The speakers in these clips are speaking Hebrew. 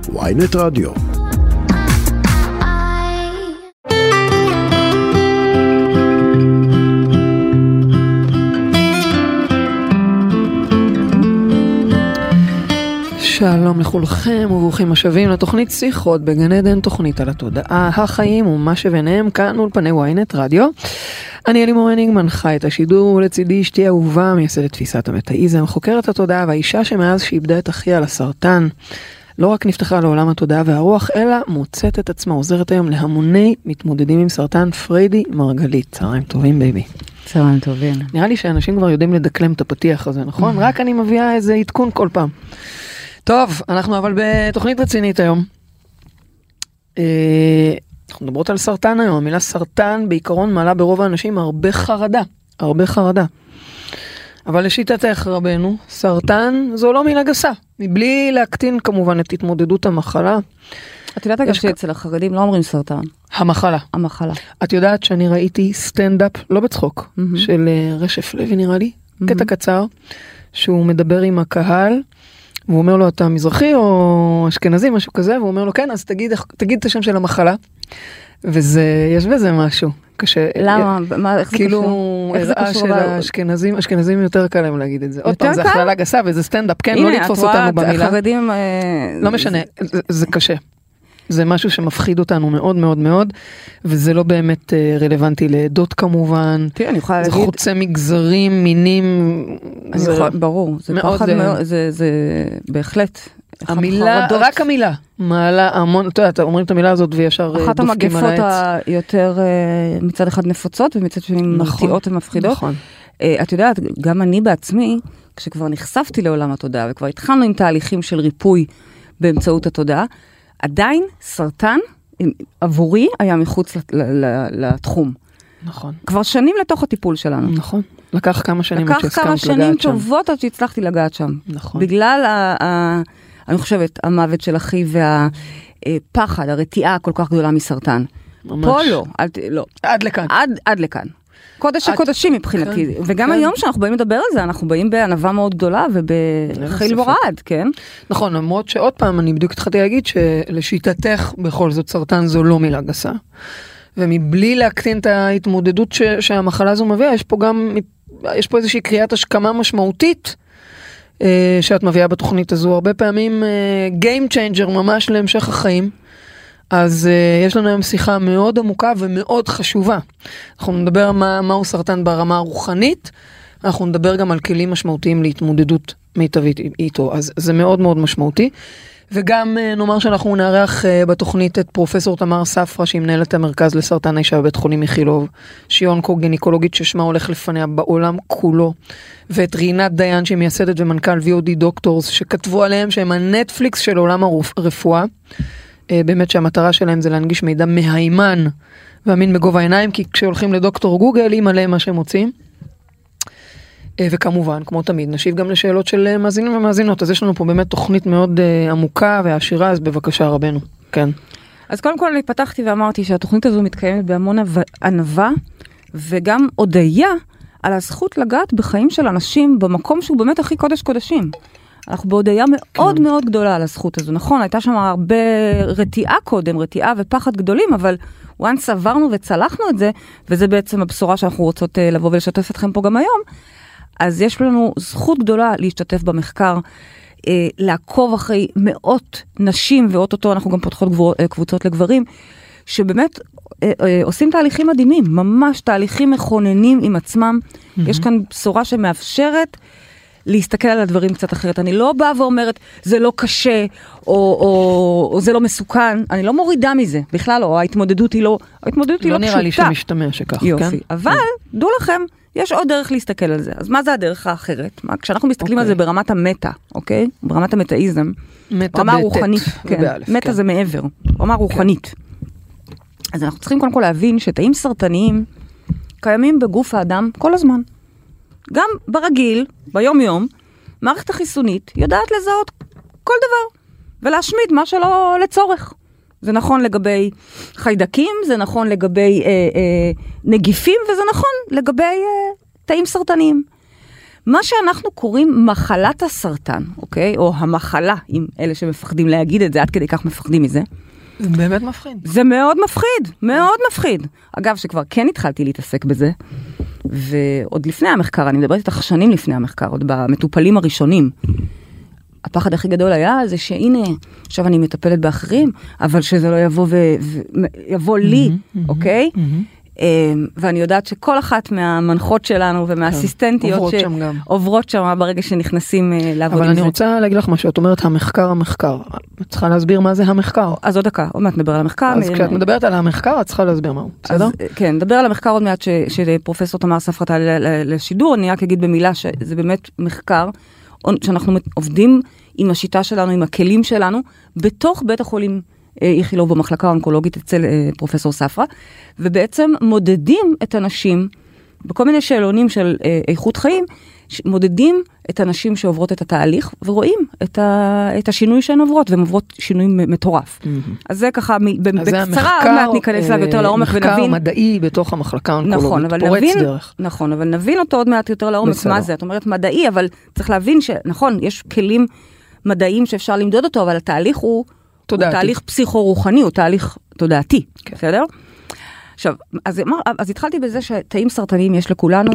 ynet רדיו. שלום לכולכם וברוכים השבים לתוכנית שיחות בגן עדן, תוכנית על התודעה, החיים ומה שביניהם, כאן אולפני ynet רדיו. אני אלי מורניג, מנחה את השידור, ולצידי אשתי אהובה, מייסדת תפיסת המטאיזם, חוקרת התודעה והאישה שמאז שאיבדה את אחיה לסרטן, לא רק נפתחה לעולם התודעה והרוח, אלא מוצאת את עצמה, עוזרת היום להמוני מתמודדים עם סרטן. פריידי מרגלית. צהריים טובים בייבי. צהריים טובים. נראה לי שאנשים כבר יודעים לדקלם את הפתיח הזה, נכון? רק אני מביאה איזה עדכון כל פעם. טוב, אנחנו אבל בתוכנית רצינית היום. אנחנו מדברות על סרטן היום. המילה סרטן בעיקרון מעלה ברוב האנשים הרבה חרדה. הרבה חרדה. אבל לשיטתך רבנו, סרטן זו לא מילה גסה. מבלי להקטין כמובן את התמודדות המחלה. את יודעת אגב שאצל החרדים לא אומרים סרטן. המחלה. המחלה. את יודעת שאני ראיתי סטנדאפ, לא בצחוק, של רשף לוי נראה לי, קטע קצר, שהוא מדבר עם הקהל, והוא אומר לו, אתה מזרחי או אשכנזי, משהו כזה, והוא אומר לו, כן, אז תגיד את השם של המחלה. וזה, יש בזה משהו. קשה. למה? איך זה כאילו, קשור? הראה של האשכנזים, אשכנזים יותר קל להם להגיד את זה. עוד פעם, זה הכללה גסה וזה סטנדאפ, כן, לא לתפוס אותנו במילה. הנה, החרדים... לא משנה, זה קשה. זה משהו שמפחיד אותנו מאוד מאוד מאוד, וזה לא באמת רלוונטי לעדות כמובן. תראה, אני יכולה להגיד... זה חוצה מגזרים, מינים. ברור, זה פחד מאוד, זה בהחלט... המילה, רק המילה, מעלה המון, אתה יודע, אומרים את המילה הזאת וישר אחת המגפות היותר מצד אחד נפוצות, ומצד שני מרתיעות ומפחידות. נכון. את יודעת, גם אני בעצמי, כשכבר נחשפתי לעולם התודעה, וכבר התחלנו עם תהליכים של ריפוי באמצעות התודעה, עדיין סרטן עבורי היה מחוץ לתחום. נכון. כבר שנים לתוך הטיפול שלנו. נכון. לקח כמה שנים עד שהסכמת לגעת שם. לקח כמה שנים טובות עד שהצלחתי לגעת שם. נכון. בגלל אני חושבת, המוות של אחי והפחד, הרתיעה הכל כך גדולה מסרטן. ממש. פה לא. עד לכאן. עד לכאן. קודש הקודשים מבחינתי. וגם היום שאנחנו באים לדבר על זה, אנחנו באים בענווה מאוד גדולה ובחיל ורעד, כן? נכון, למרות שעוד פעם אני בדיוק התחלתי להגיד שלשיטתך בכל זאת סרטן זו לא מילה גסה. ומבלי להקטין את ההתמודדות שהמחלה הזו מביאה, יש פה איזושהי קריאת השכמה משמעותית, שאת מביאה בתוכנית הזו, הרבה פעמים game changer ממש להמשך החיים. אז יש לנו היום שיחה מאוד עמוקה ומאוד חשובה. אנחנו נדבר מהו סרטן ברמה הרוחנית, אנחנו נדבר גם על כלים משמעותיים להתמודדות מיטבית איתו, אז זה מאוד מאוד משמעותי. וגם נאמר שאנחנו נערך בתוכנית את פרופסור תמר ספרה, שהיא מנהלת המרכז לסרטן האישה בבית חולים איכילוב, שהיא אונקוגינקולוגית ששמה הולך לפניה בעולם כולו, ואת רינת דיין שהיא מייסדת ומנכ"ל VOD דוקטורס, שכתבו עליהם שהם הנטפליקס של עולם הרפואה, באמת שהמטרה שלהם זה להנגיש מידע מהימן ואמין בגובה העיניים, כי כשהולכים לדוקטור גוגל, היא מלא מה שהם מוצאים. וכמובן, כמו תמיד, נשיב גם לשאלות של מאזינים ומאזינות, אז יש לנו פה באמת תוכנית מאוד עמוקה ועשירה, אז בבקשה רבנו, כן. אז קודם כל אני פתחתי ואמרתי שהתוכנית הזו מתקיימת בהמון ענווה, וגם הודיה על הזכות לגעת בחיים של אנשים במקום שהוא באמת הכי קודש קודשים. אנחנו בהודיה מאוד מאוד גדולה על הזכות הזו, נכון? הייתה שם הרבה רתיעה קודם, רתיעה ופחד גדולים, אבל once עברנו וצלחנו את זה, וזה בעצם הבשורה שאנחנו רוצות לבוא ולשתף אתכם פה גם היום, אז יש לנו זכות גדולה להשתתף במחקר, לעקוב אחרי מאות נשים, ואו-טו-טו אנחנו גם פותחות קבוצות לגברים, שבאמת עושים תהליכים מדהימים, ממש תהליכים מכוננים עם עצמם. יש כאן בשורה שמאפשרת להסתכל על הדברים קצת אחרת. אני לא באה ואומרת, זה לא קשה, או זה לא מסוכן. אני לא מורידה מזה, בכלל לא. ההתמודדות היא לא פשוטה. לא נראה לי שמשתמע שכך, כן? יופי. אבל, דעו לכם, יש עוד דרך להסתכל על זה. אז מה זה הדרך האחרת? כשאנחנו מסתכלים על זה ברמת המטה, אוקיי? ברמת המטאיזם. רמה רוחנית. מטה זה מעבר. רמה רוחנית. אז אנחנו צריכים קודם כל להבין שתאים סרטניים קיימים בגוף האדם כל הזמן. גם ברגיל, ביום יום, מערכת החיסונית יודעת לזהות כל דבר, ולהשמיד מה שלא לצורך. זה נכון לגבי חיידקים, זה נכון לגבי נגיפים, וזה נכון לגבי תאים סרטניים. מה שאנחנו קוראים מחלת הסרטן, אוקיי? או המחלה, עם אלה שמפחדים להגיד את זה, עד כדי כך מפחדים מזה. זה באמת מפחיד. זה מאוד מפחיד, מאוד מפחיד. אגב, שכבר כן התחלתי להתעסק בזה, ועוד לפני המחקר, אני מדברת איתך שנים לפני המחקר, עוד במטופלים הראשונים. הפחד הכי גדול היה זה שהנה, עכשיו אני מטפלת באחרים, אבל שזה לא יבוא לי, אוקיי? ואני יודעת שכל אחת מהמנחות שלנו ומהאסיסטנטיות שעוברות שם ברגע שנכנסים לעבוד עם זה. אבל אני רוצה להגיד לך משהו, את אומרת המחקר. את צריכה להסביר מה זה המחקר. אז עוד דקה, עוד מעט נדבר על המחקר. אז כשאת מדברת על המחקר, את צריכה להסביר מהו, בסדר? כן, נדבר על המחקר עוד מעט שפרופסור תמר ספרת לשידור, אני רק אגיד במילה שזה באמת מחקר, שאנחנו עובדים עם השיטה שלנו, עם הכלים שלנו, בתוך בית החולים איכילוב במחלקה האונקולוגית אצל פרופסור ספרה, ובעצם מודדים את אנשים, בכל מיני שאלונים של איכות חיים, מודדים את הנשים שעוברות את התהליך, ורואים את השינוי שהן עוברות, והן עוברות שינוי מטורף. אז זה ככה, בקצרה, עוד מעט ניכנס לה יותר לעומק ונבין. מחקר מדעי בתוך המחלקה האונקולוגית, פורץ דרך. נכון, אבל נבין אותו עוד מעט יותר לעומק, מה זה? את אומרת מדעי, אבל צריך להבין שנכון, יש כלים מדעיים שאפשר למדוד אותו, אבל התהליך הוא תהליך פסיכו-רוחני, הוא תהליך תודעתי, בסדר? עכשיו, אז התחלתי בזה שתאים סרטניים יש לכולנו,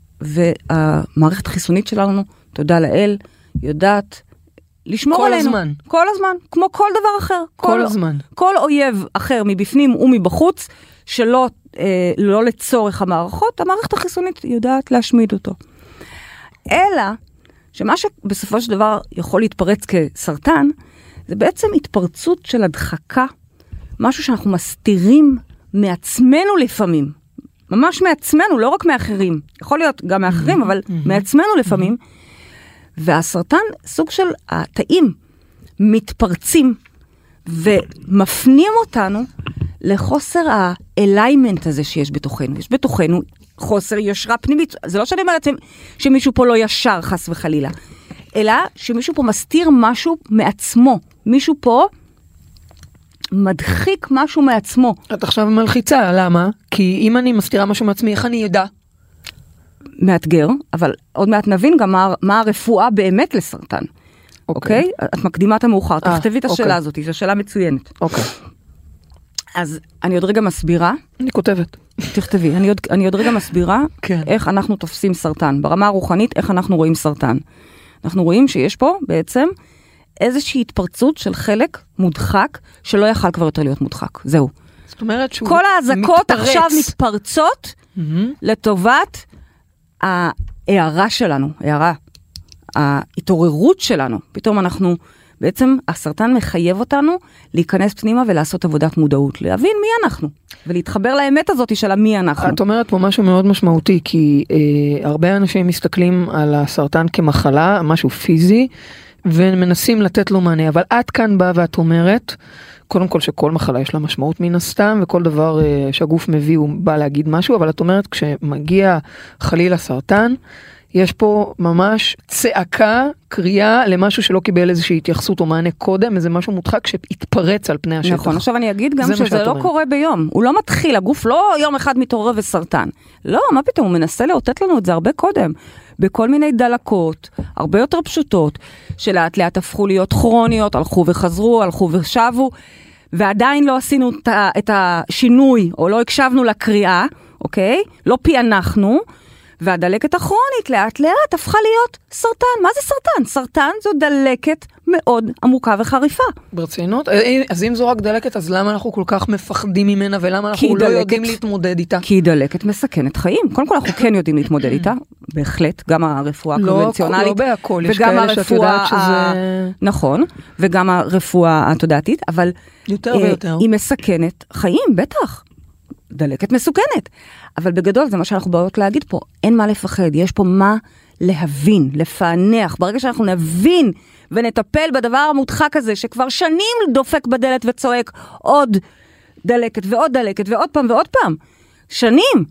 והמערכת החיסונית שלנו, תודה לאל, יודעת לשמור עלינו. כל הזמן. כל הזמן, כמו כל דבר אחר. כל הזמן. כל אויב אחר מבפנים ומבחוץ, שלא לא לצורך המערכות, המערכת החיסונית יודעת להשמיד אותו. אלא, שמה שבסופו של דבר יכול להתפרץ כסרטן, זה בעצם התפרצות של הדחקה, משהו שאנחנו מסתירים מעצמנו לפעמים. ממש מעצמנו, לא רק מאחרים. יכול להיות גם מאחרים, אבל מעצמנו לפעמים. והסרטן, סוג של התאים, מתפרצים ומפנים אותנו לחוסר האליימנט הזה שיש בתוכנו. יש בתוכנו חוסר יושרה פנימית. זה לא שאני אומרת שמישהו פה לא ישר, חס וחלילה. אלא שמישהו פה מסתיר משהו מעצמו. מישהו פה מדחיק משהו מעצמו. את עכשיו מלחיצה, למה? כי אם אני מסתירה משהו מעצמי, איך אני ידע? מאתגר, אבל עוד מעט נבין גם מה הרפואה באמת לסרטן. אוקיי? את מקדימה את המאוחר, תכתבי את השאלה הזאת, זו שאלה מצוינת. אוקיי. אז אני עוד רגע מסבירה. אני כותבת. תכתבי, אני עוד רגע מסבירה איך אנחנו תופסים סרטן. ברמה הרוחנית, איך אנחנו רואים סרטן. אנחנו רואים שיש פה בעצם איזושהי התפרצות של חלק מודחק, שלא יכל כבר יותר להיות מודחק. זהו. זאת אומרת שהוא כל ההזקות עכשיו מתפרצות לטובת ההערה שלנו, ההתעוררות שלנו. פתאום אנחנו, בעצם הסרטן מחייב אותנו להיכנס פנימה ולעשות עבודת מודעות, להבין מי אנחנו, ולהתחבר לאמת הזאת של מי אנחנו. את אומרת פה משהו מאוד משמעותי, כי הרבה אנשים מסתכלים על הסרטן כמחלה, משהו פיזי, ומנסים לתת לו מענה, אבל את כאן באה ואת אומרת, קודם כל שכל מחלה יש לה משמעות מן הסתם, וכל דבר שהגוף מביא הוא בא להגיד משהו, אבל את אומרת כשמגיע חלילה סרטן, יש פה ממש צעקה, קריאה למשהו שלא קיבל איזושהי התייחסות או מענה קודם, איזה משהו מודחק שהתפרץ על פני השטח. נכון, עכשיו אני אגיד גם שזה לא קורה ביום, הוא לא מתחיל, הגוף לא יום אחד מתעורר וסרטן. לא, מה פתאום, הוא מנסה לאותת לנו את זה הרבה קודם. בכל מיני דלקות, הרבה יותר פשוטות, שלאט לאט הפכו להיות כרוניות, הלכו וחזרו, הלכו ושבו, ועדיין לא עשינו את השינוי, או לא הקשבנו לקריאה, אוקיי? לא פענחנו, והדלקת הכרונית לאט לאט הפכה להיות סרטן. מה זה סרטן? סרטן זו דלקת מאוד עמוקה וחריפה. ברצינות? אז אם זו רק דלקת, אז למה אנחנו כל כך מפחדים ממנה, ולמה אנחנו לא יודעים להתמודד איתה? כי דלקת מסכנת חיים. קודם כל אנחנו כן יודעים להתמודד איתה, בהחלט, גם הרפואה הקונבנציונלית. לא בהכל, יש כאלה שאת יודעת שזה... נכון, וגם הרפואה התודעתית, אבל יותר ויותר. היא מסכנת חיים, בטח. דלקת מסוכנת. אבל בגדול זה מה שאנחנו באות להגיד פה, אין מה לפחד, יש פה מה להבין, לפענח. ברגע שאנחנו נבין ונטפל בדבר המודחק הזה, שכבר שנים דופק בדלת וצועק עוד דלקת ועוד דלקת ועוד פעם ועוד פעם, שנים,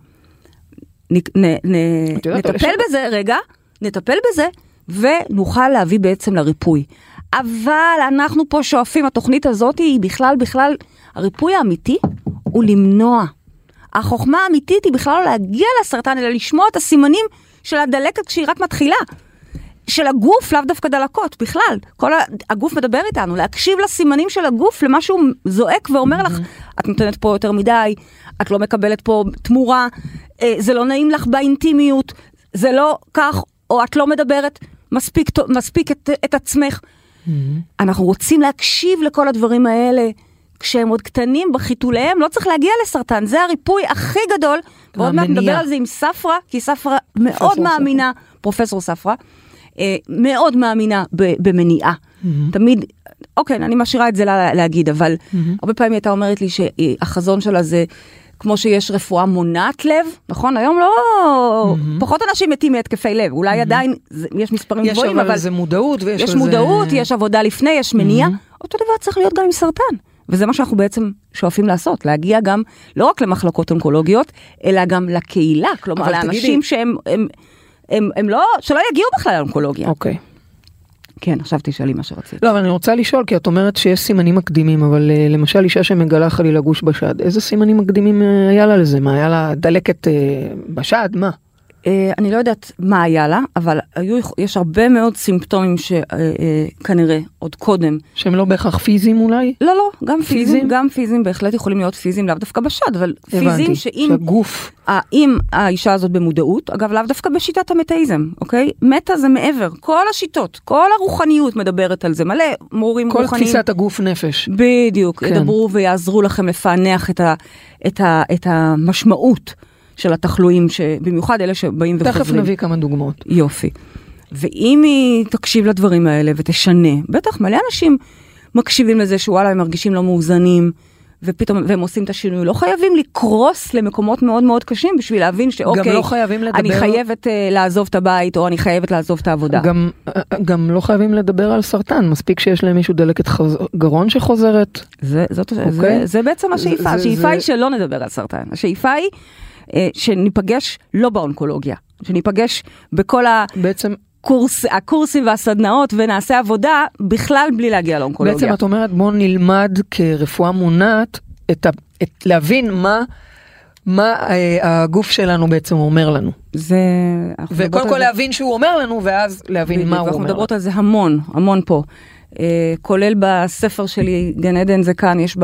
נטפל בזה, רגע, נטפל בזה, ונוכל להביא בעצם לריפוי. אבל אנחנו פה שואפים, התוכנית הזאת היא בכלל, הריפוי האמיתי הוא למנוע. החוכמה האמיתית היא בכלל לא להגיע לסרטן, אלא לשמוע את הסימנים של הדלקת כשהיא רק מתחילה. של הגוף, לאו דווקא דלקות, בכלל. הגוף מדבר איתנו, להקשיב לסימנים של הגוף, למה שהוא זועק ואומר לך, את נותנת פה יותר מדי, את לא מקבלת פה תמורה, זה לא נעים לך באינטימיות, זה לא כך, או את לא מדברת מספיק את עצמך. אנחנו רוצים להקשיב לכל הדברים האלה, כשהם עוד קטנים בחיתוליהם, לא צריך להגיע לסרטן, זה הריפוי הכי גדול, ועוד מעט נדבר על זה עם ספרה, כי ספרה מאוד מאמינה, פרופסור ספרה, מאוד מאמינה במניעה. תמיד, אוקיי, אני משאירה את זה להגיד, אבל הרבה פעמים הייתה אומרת לי שהחזון שלה זה, כמו שיש רפואה מונעת לב, נכון? היום לא, פחות אנשים מתים מהתקפי לב, אולי עדיין יש מספרים גבוהים, אבל זה מודעות, יש מודעות, יש עבודה לפני, יש מניעה, אותו דבר צריך להיות גם עם סרטן. וזה מה שאנחנו בעצם שואפים לעשות, להגיע גם לא רק למחלקות אונקולוגיות, אלא גם לקהילה, כלומר, לאנשים שהם לא, שלא יגיעו בכלל לאונקולוגיה. אוקיי. כן, עכשיו תשאלי מה שרצית. לא, אבל אני רוצה לשאול, כי את אומרת שיש סימנים מקדימים, אבל למשל אישה שמגלה חלילה גוש בשד, איזה סימנים מקדימים היה לה לזה? מה, היה לה דלקת בשד? מה? אני לא יודעת מה היה לה, אבל יש הרבה מאוד סימפטומים שכנראה עוד קודם. שהם לא בהכרח פיזיים אולי? לא, גם פיזיים בהחלט יכולים להיות פיזיים, לאו דווקא בשד, אבל פיזיים שהגוף. אם האישה הזאת במודעות, אגב לאו דווקא בשיטת המטאיזם, אוקיי? מטה זה מעבר, כל השיטות, כל הרוחניות מדברת על זה, מלא מורים רוחניים. כל תפיסת הגוף נפש. בדיוק, ידברו ויעזרו לכם לפענח את המשמעות. של התחלואים, במיוחד אלה שבאים וחוזרים. תכף נביא כמה דוגמאות. יופי. ואם היא תקשיב לדברים האלה ותשנה, בטח מלא אנשים מקשיבים לזה שוואלה, הם מרגישים לא מאוזנים, ופתאום, והם עושים את השינוי. לא חייבים לקרוס למקומות מאוד מאוד קשים, בשביל להבין שאוקיי, גם לא חייבים לדבר... אני חייבת לעזוב את הבית, או אני חייבת לעזוב את העבודה. גם לא חייבים לדבר על סרטן, מספיק שיש להם מישהו דלקת גרון שחוזרת. זה בעצם השאיפה. השאיפה היא שלא נדבר על סרטן. השאיפה היא שניפגש לא באונקולוגיה, שניפגש בכל הקורסים והסדנאות ונעשה עבודה בכלל בלי להגיע לאונקולוגיה. בעצם את אומרת בוא נלמד כרפואה מונעת להבין מה הגוף שלנו בעצם אומר לנו. וקודם כל להבין שהוא אומר לנו ואז להבין מה הוא אומר. אנחנו מדברות על זה המון פה. כולל בספר שלי גן עדן זה כאן, יש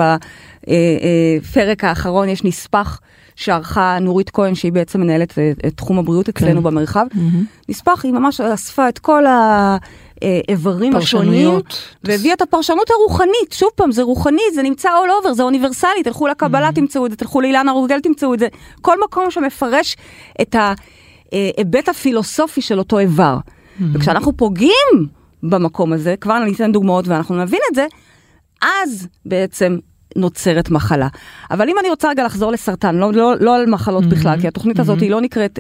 בפרק האחרון יש נספח שערכה נורית כהן, שהיא בעצם מנהלת את תחום הבריאות אצלנו במרחב. נספח, היא ממש אספה את כל האיברים השונים, והביאה את הפרשנות הרוחנית. שוב פעם, זה רוחני, זה נמצא all over, זה אוניברסלי, תלכו לקבלה, תמצאו את זה, תלכו לאילנה רוגל, תמצאו את זה. כל מקום שמפרש את ההיבט הפילוסופי של אותו איבר. וכשאנחנו פוגעים במקום הזה, כבר ניתן דוגמאות ואנחנו נבין את זה, אז בעצם נוצרת מחלה. אבל אם אני רוצה רגע לחזור לסרטן, לא על מחלות בכלל, כי התוכנית הזאת היא לא נקראת,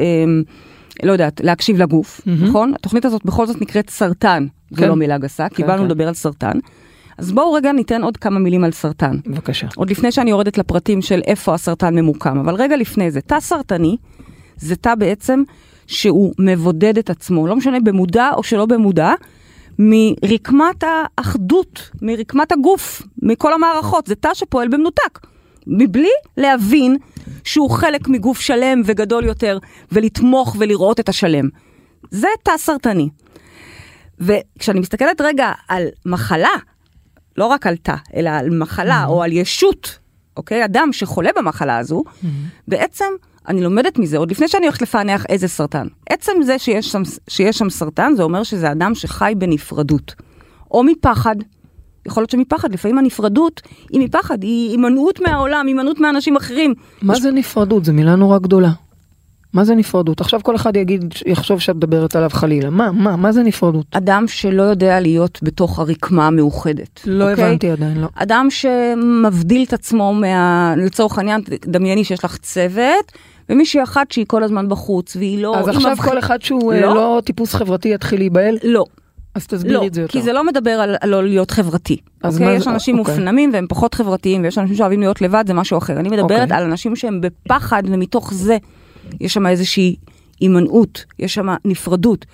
לא יודעת, להקשיב לגוף, נכון? התוכנית הזאת בכל זאת נקראת סרטן, זו לא מילה גסה, כי באנו לדבר על סרטן. אז בואו רגע ניתן עוד כמה מילים על סרטן. בבקשה. עוד לפני שאני יורדת לפרטים של איפה הסרטן ממוקם, אבל רגע לפני זה, תא סרטני, זה תא בעצם שהוא מבודד את עצמו, לא משנה במודע או שלא במודע, מרקמת האחדות, מרקמת הגוף, מכל המערכות. זה תא שפועל במנותק, מבלי להבין שהוא חלק מגוף שלם וגדול יותר, ולתמוך ולראות את השלם. זה תא סרטני. וכשאני מסתכלת רגע על מחלה, לא רק על תא, אלא על מחלה או על ישות, אוקיי? אדם שחולה במחלה הזו, בעצם אני לומדת מזה, עוד לפני שאני הולכת לפענח איזה סרטן. עצם זה שיש שם סרטן, זה אומר שזה אדם שחי בנפרדות. או מפחד, יכול להיות שמפחד, לפעמים הנפרדות היא מפחד, היא הימנעות מהעולם, הימנעות מאנשים אחרים. מה זה נפרדות? זו מילה נורא גדולה. מה זה נפרדות? עכשיו כל אחד יחשוב שאת מדברת עליו חלילה. מה זה נפרדות? אדם שלא יודע להיות בתוך הרקמה המאוחדת. לא הבנתי עדיין, לא. אדם שמבדיל את עצמו לצורך העניין, דמייני שיש לך צוות, ומישהי אחת שהיא כל הזמן בחוץ, והיא לא... אז עכשיו כל אחד שהוא לא טיפוס חברתי יתחיל להיבהל? לא. אז תסבירי את זה יותר. כי זה לא מדבר על לא להיות חברתי. יש אנשים מופנמים והם פחות חברתיים, ויש אנשים שאוהבים להיות לבד, זה משהו אחר. אני מדברת על אנשים שהם בפחד, ומתוך זה יש שם איזושהי הימנעות, יש שם נפרדות.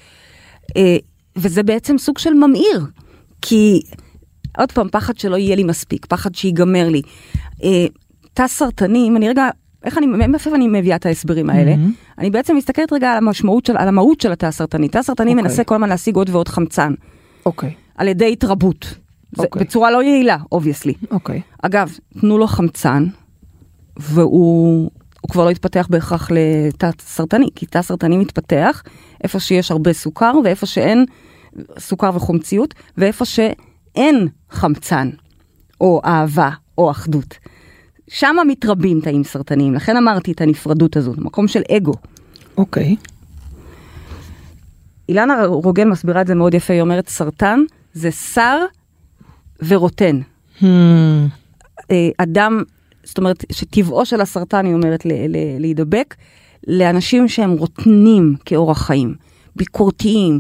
וזה בעצם סוג של ממאיר. כי, עוד פעם, פחד שלא יהיה לי מספיק, פחד שיגמר לי. תא סרטני, אם אני רגע מאיפה אני מביאה את ההסברים האלה? אני בעצם מסתכלת רגע על המהות של התא הסרטני. תא הסרטני מנסה כל הזמן להשיג עוד ועוד חמצן. אוקיי. על ידי התרבות. בצורה לא יעילה, obviously. אוקיי. אגב, תנו לו חמצן, והוא כבר לא יתפתח בהכרח לתא סרטני, כי תא סרטני מתפתח איפה שיש הרבה סוכר, ואיפה שאין סוכר וחומציות, ואיפה שאין חמצן, או אהבה, או אחדות. שם מתרבים תאים סרטניים, לכן אמרתי את הנפרדות הזאת, מקום של אגו. אוקיי. אילנה רוגל מסבירה את זה מאוד יפה, היא אומרת, סרטן זה שר ורוטן. אדם, זאת אומרת, שטבעו של הסרטן, היא אומרת, להידבק, לאנשים שהם רוטנים כאורח חיים, ביקורתיים,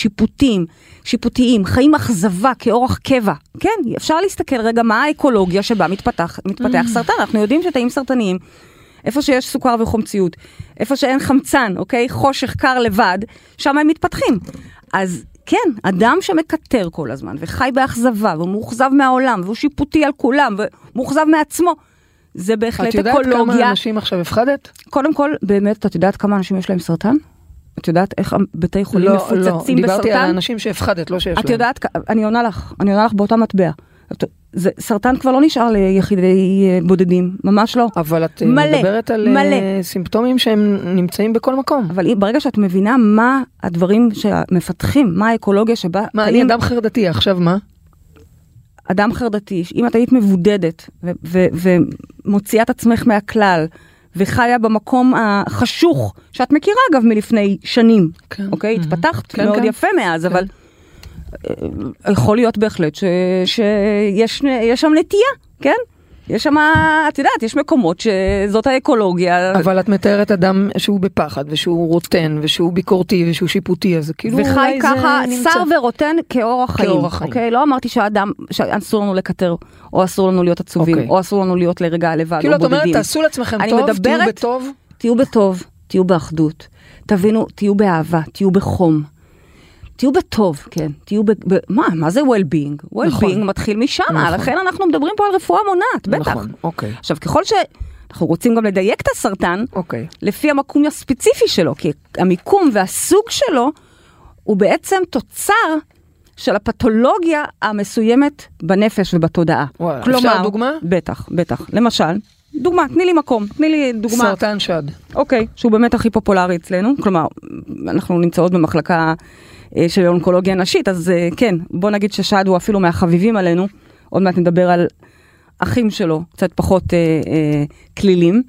שיפוטיים, חיים אכזבה כאורח קבע. כן, אפשר להסתכל רגע מה האקולוגיה שבה מתפתח סרטן. אנחנו יודעים שתאים סרטניים, איפה שיש סוכר וחומציות, איפה שאין חמצן, אוקיי? חושך קר לבד, שם הם מתפתחים. אז כן, אדם שמקטר כל הזמן, וחי באכזבה, ומאוכזב מהעולם, והוא שיפוטי על כולם, ומאוכזב מעצמו, זה בהחלט אקולוגיה. את יודעת כמה אנשים עכשיו הפחדת? קודם כל, באמת, את יודעת כמה אנשים יש להם סרטן? את יודעת איך בתי חולים מפוצצים בסרטן? לא, דיברתי על האנשים שהפחדת, לא שיש להם. את יודעת, אני עונה לך באותה מטבע. סרטן כבר לא נשאר ליחידי בודדים, ממש לא. אבל את מדברת על סימפטומים שהם נמצאים בכל מקום. אבל ברגע שאת מבינה מה הדברים שמפתחים, מה האקולוגיה שבה... מה, אני אדם חרדתי, עכשיו מה? אדם חרדתי, אם את היית מבודדת ומוציאה את עצמך מהכלל, וחיה במקום החשוך, שאת מכירה אגב מלפני שנים, אוקיי? התפתחת מאוד יפה מאז, אבל יכול להיות בהחלט שיש שם נטייה, כן? יש שם, את יודעת, יש מקומות שזאת האקולוגיה. אבל את מתארת אדם שהוא בפחד, ושהוא רוטן, ושהוא ביקורתי, ושהוא שיפוטי, אז כאילו וחי ככה, שר ורוטן כאורח חיים. אוקיי? לא אמרתי שאסור לנו לקטר, או אסור לנו להיות עצובים, או אסור לנו להיות לרגע לבד, כאילו את אומרת, תעשו לעצמכם טוב, תהיו בטוב. תהיו בטוב, תהיו באחדות. תבינו, תהיו באהבה, תהיו בחום. תהיו בטוב, כן. תהיו מה זה well-being? well-being מתחיל משם, לכן אנחנו מדברים פה על רפואה מונעת, בטח. נכון, אוקיי. עכשיו, ככל שאנחנו רוצים גם לדייק את הסרטן, לפי המקום הספציפי שלו, כי המיקום והסוג שלו, הוא בעצם תוצר של הפתולוגיה המסוימת בנפש ובתודעה. אפשר דוגמה? בטח. למשל, דוגמה, תני לי מקום, תני לי דוגמה. סרטן שד. אוקיי, שהוא באמת הכי פופולרי אצלנו, כלומר, אנחנו נמצאות במחלקה של אונקולוגיה נשית, אז כן, בוא נגיד ששד הוא אפילו מהחביבים עלינו, עוד מעט נדבר על אחים שלו, קצת פחות כלילים.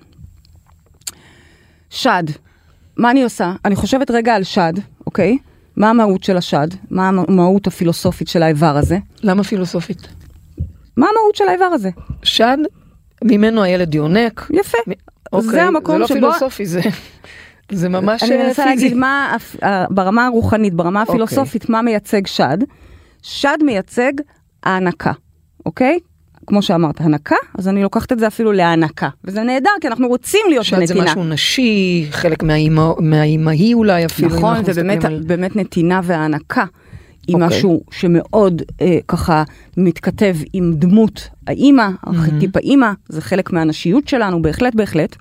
שד, מה אני עושה? אני חושבת רגע על שד, אוקיי? מה המהות של השד? מה המהות הפילוסופית של האיבר הזה? למה פילוסופית? מה המהות של האיבר הזה? שד, ממנו הילד יונק. יפה. זה המקום שבו... זה לא פילוסופי, זה ממש פיזי. אני מנסה להגיד מה, ברמה הרוחנית, ברמה הפילוסופית, מה מייצג שד? שד מייצג הענקה, אוקיי? כמו שאמרת, הנקה, אז אני לוקחת את זה אפילו להענקה. וזה נהדר, כי אנחנו רוצים להיות בנתינה. שד זה משהו נשי, חלק מהאימהי אולי אפילו. נכון, זה באמת נתינה והענקה. היא משהו שמאוד ככה מתכתב עם דמות האימא, ארכיטיפ האימא, זה חלק מהנשיות שלנו, בהחלט.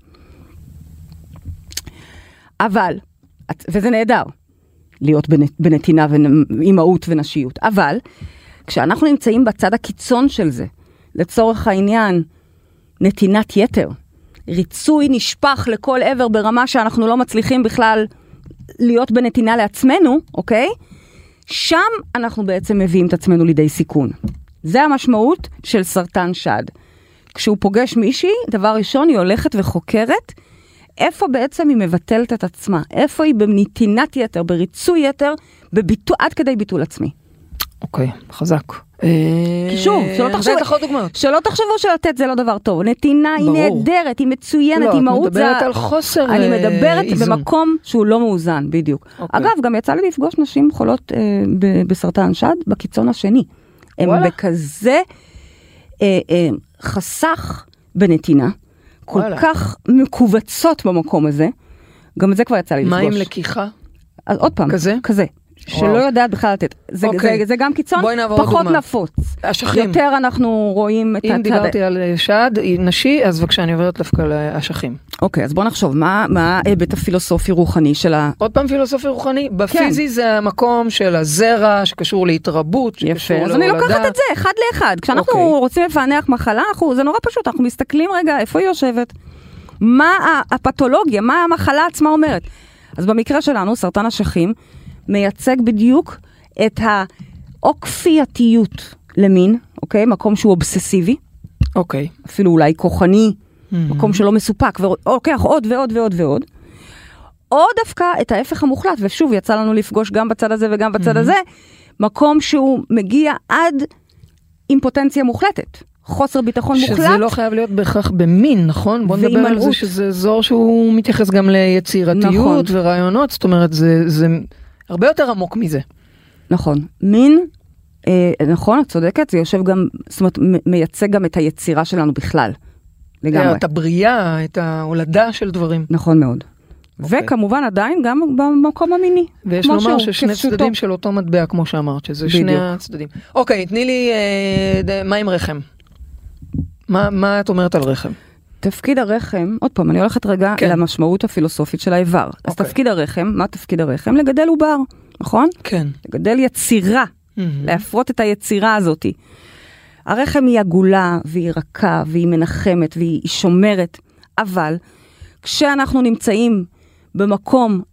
אבל, וזה נהדר, להיות בנתינה ואימהות ונשיות, אבל כשאנחנו נמצאים בצד הקיצון של זה, לצורך העניין, נתינת יתר, ריצוי נשפח לכל עבר ברמה שאנחנו לא מצליחים בכלל להיות בנתינה לעצמנו, אוקיי? שם אנחנו בעצם מביאים את עצמנו לידי סיכון. זה המשמעות של סרטן שד. כשהוא פוגש מישהי, דבר ראשון היא הולכת וחוקרת, איפה בעצם היא מבטלת את עצמה? איפה היא בנתינת יתר, בריצוי יתר, עד כדי ביטול עצמי. אוקיי, חזק. שוב, שלא תחשבו שלתת זה לא דבר טוב. נתינה היא נהדרת, היא מצוינת, היא מהות. את מדברת על חוסר איזון. אני מדברת במקום שהוא לא מאוזן, בדיוק. אגב, גם יצא לי לפגוש נשים חולות בסרטן שד, בקיצון השני. הם בכזה חסך בנתינה, כל כך מקובצות במקום הזה, גם את זה כבר יצא לי לפגוש. מה עם לקיחה? אז עוד פעם, כזה. שלא יודעת בכלל לתת. זה גם קיצון, פחות נפוץ. אשכים. יותר אנחנו רואים את אם דיברתי על שד נשי, אז בבקשה, אני עוברת דווקא לאשכים. אוקיי, אז בוא נחשוב, מה ההיבט הפילוסופי רוחני של עוד פעם פילוסופי רוחני? בפיזי זה המקום של הזרע, שקשור להתרבות, שקשור להולדה. אז אני לוקחת את זה, אחד לאחד. כשאנחנו רוצים לפענח מחלה, זה נורא פשוט, אנחנו מסתכלים רגע, איפה היא יושבת? מה הפתולוגיה, מה המחלה עצמה אומרת? אז במקרה שלנו, סרטן אשכים, מייצג בדיוק את האוקפייתיות למין, אוקיי? מקום שהוא אובססיבי. אוקיי. אפילו אולי כוחני, מקום שלא מסופק, ולוקח עוד ועוד ועוד ועוד. או דווקא את ההפך המוחלט, ושוב, יצא לנו לפגוש גם בצד הזה וגם בצד הזה, מקום שהוא מגיע עד אימפוטנציה מוחלטת. חוסר ביטחון מוחלט. שזה לא חייב להיות בהכרח במין, נכון? בוא נדבר על זה שזה אזור שהוא מתייחס גם ליצירתיות ורעיונות, זאת אומרת, זה הרבה יותר עמוק מזה. נכון. מין, נכון, את צודקת, זה יושב גם, זאת אומרת, מייצג גם את היצירה שלנו בכלל. לגמרי. את הבריאה, את ההולדה של דברים. נכון מאוד. וכמובן עדיין גם במקום המיני. ויש לומר ששני צדדים של אותו מטבע, כמו שאמרת, שזה שני הצדדים. אוקיי, תני לי, מה עם רחם? מה את אומרת על רחם? תפקיד הרחם, עוד פעם, אני הולכת רגע למשמעות הפילוסופית של האיבר. אז תפקיד הרחם, מה תפקיד הרחם? לגדל עובר, נכון? כן. לגדל יצירה, להפרות את היצירה הזאת. הרחם היא עגולה, והיא רכה, והיא מנחמת, והיא שומרת, אבל כשאנחנו נמצאים במקום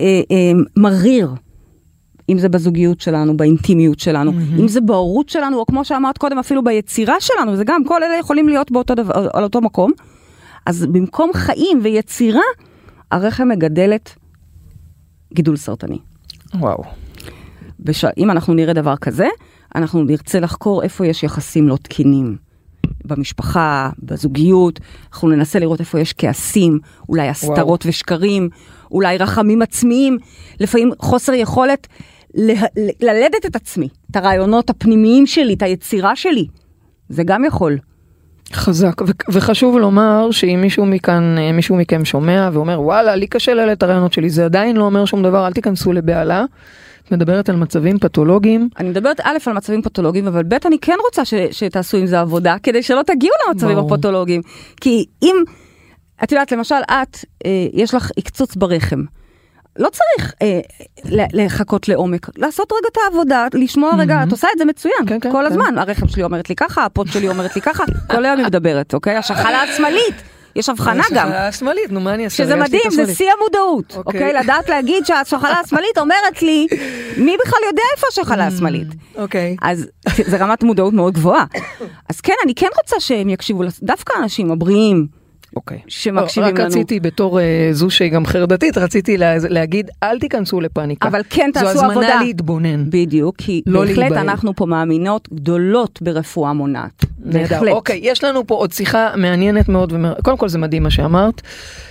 מריר, אם זה בזוגיות שלנו, באינטימיות שלנו, אם זה בהורות שלנו, או כמו שאמרת קודם, אפילו ביצירה שלנו, וזה גם כל אלה יכולים להיות על אותו מקום, אז במקום חיים ויצירה, הרחם מגדלת גידול סרטני. וואו. אם אנחנו נראה דבר כזה, אנחנו נרצה לחקור איפה יש יחסים לא תקינים. במשפחה, בזוגיות, אנחנו ננסה לראות איפה יש כעסים, אולי הסתרות ושקרים, אולי רחמים עצמיים, לפעמים חוסר יכולת ללדת את עצמי, את הרעיונות הפנימיים שלי, את היצירה שלי. זה גם יכול. חזק, וחשוב לומר שאם מישהו מכם שומע ואומר, וואלה, לי קשה ללדת את הרעיונות שלי, זה עדיין לא אומר שום דבר, אל תיכנסו לבעלה. את מדברת על מצבים פתולוגיים. אני מדברת א' על מצבים פתולוגיים, אבל ב' אני כן רוצה שתעשו עם זה עבודה, כדי שלא תגיעו למצבים הפתולוגיים. כי אם, את יודעת, למשל, יש לך הקצוץ ברחם. לא צריך לחכות לעומק, לעשות רגע את העבודה, לשמוע רגע, את עושה את זה מצוין, כל הזמן. הרחם שלי אומרת לי ככה, הפות שלי אומרת לי ככה, כל היום היא מדברת, אוקיי? השחלה השמאלית. יש הבחנה גם. השחלה השמאלית, נו מה אני אעשה? שזה מדהים, זה שיא המודעות. אוקיי? לדעת להגיד שהשחלה השמאלית אומרת לי, מי בכלל יודע איפה השחלה השמאלית? אוקיי. אז זה רמת מודעות מאוד גבוהה. אז כן, אני כן רוצה שהם יקשיבו, דווקא אנשים הבריאים, שמקשיבים לנו. רק רציתי בתור זו שהיא גם חרדתית, רציתי להגיד, אל תיכנסו לפאניקה. אבל כן תעשו עבודה. זו הזמנה להתבונן. בדיוק, כי בהחלט אנחנו פה מאמינות גדולות ברפואה מונעת. בהחלט. אוקיי, יש לנו פה עוד שיחה מעניינת מאוד, קודם כל זה מדהים מה שאמרת,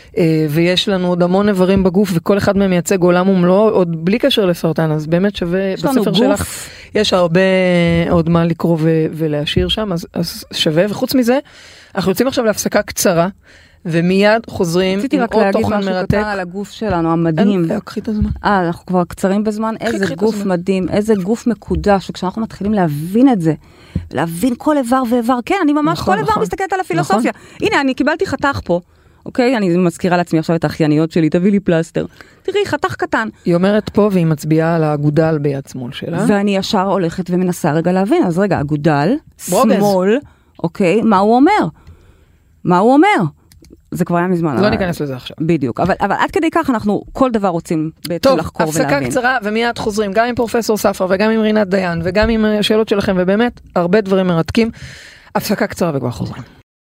ויש לנו עוד המון איברים בגוף, וכל אחד מהם מייצג עולם ומלואו, עוד בלי קשר לסרטן, אז באמת שווה, בספר שלך, יש הרבה עוד מה לקרוא ולהשאיר שם, אז שווה, וחוץ מזה, אנחנו יוצאים עכשיו להפסקה קצרה, ומיד חוזרים עם עוד תוכן מרתק. רציתי רק להגיד משהו קטן על הגוף שלנו, המדהים. קחי את הזמן. אנחנו כבר קצרים בזמן, איזה גוף מדהים, איזה גוף מקודש, שכשאנחנו מתחילים להבין את זה, להבין כל איבר ואיבר, כן, אני ממש כל איבר מסתכלת על הפילוסופיה. הנה, אני קיבלתי חתך פה, אוקיי? אני מזכירה לעצמי עכשיו את האחייניות שלי, תביא לי פלסטר. תראי, חתך קטן. היא אומרת פה והיא מצביעה על האגודל ביד שמאל שלה. ואני ישר הולכת ומנסה רגע להבין. אז רגע, אגודל, שמאל, אוקיי, מה הוא אומר? מה הוא אומר? זה כבר היה מזמן. לא ניכנס לזה עכשיו. בדיוק. אבל עד כדי כך אנחנו כל דבר רוצים בעצם לחקור ולהבין. טוב, הפסקה קצרה ומיד חוזרים, גם עם פרופסור ספרא וגם עם רינת דיין וגם עם השאלות שלכם, ובאמת הרבה דברים מרתקים. הפסקה קצרה וכבר חוזרים.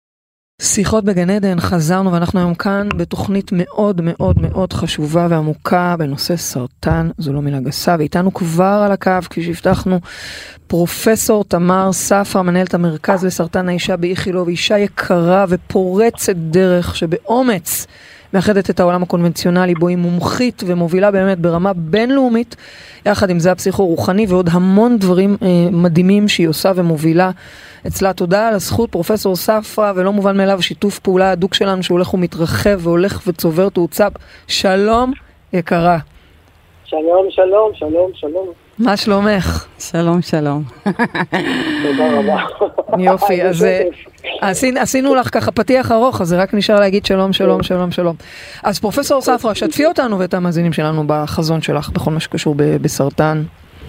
שיחות בגן עדן, חזרנו ואנחנו היום כאן בתוכנית מאוד מאוד מאוד חשובה ועמוקה בנושא סרטן, זו לא מילה גסה, ואיתנו כבר על הקו, כפי שהבטחנו, פרופסור תמר ספרא, מנהלת המרכז לסרטן האישה באיכילוב, אישה יקרה ופורצת דרך שבאומץ מאחדת את העולם הקונבנציונלי, בו היא מומחית ומובילה באמת ברמה בינלאומית, יחד עם זה הפסיכו-רוחני ועוד המון דברים מדהימים שהיא עושה ומובילה אצלה. תודה על הזכות, פרופסור ספרא, ולא מובן מאליו שיתוף פעולה הדוק שלנו שהולך ומתרחב והולך וצובר תאוצה. שלום יקרה. שלום, שלום, שלום, שלום. מה שלומך? שלום, שלום. תודה רבה. יופי, אז עשינו לך ככה פתיח ארוך, אז זה רק נשאר להגיד שלום, שלום, שלום, שלום. אז פרופסור ספרא, שתפי אותנו ואת המאזינים שלנו בחזון שלך, בכל מה שקשור בסרטן.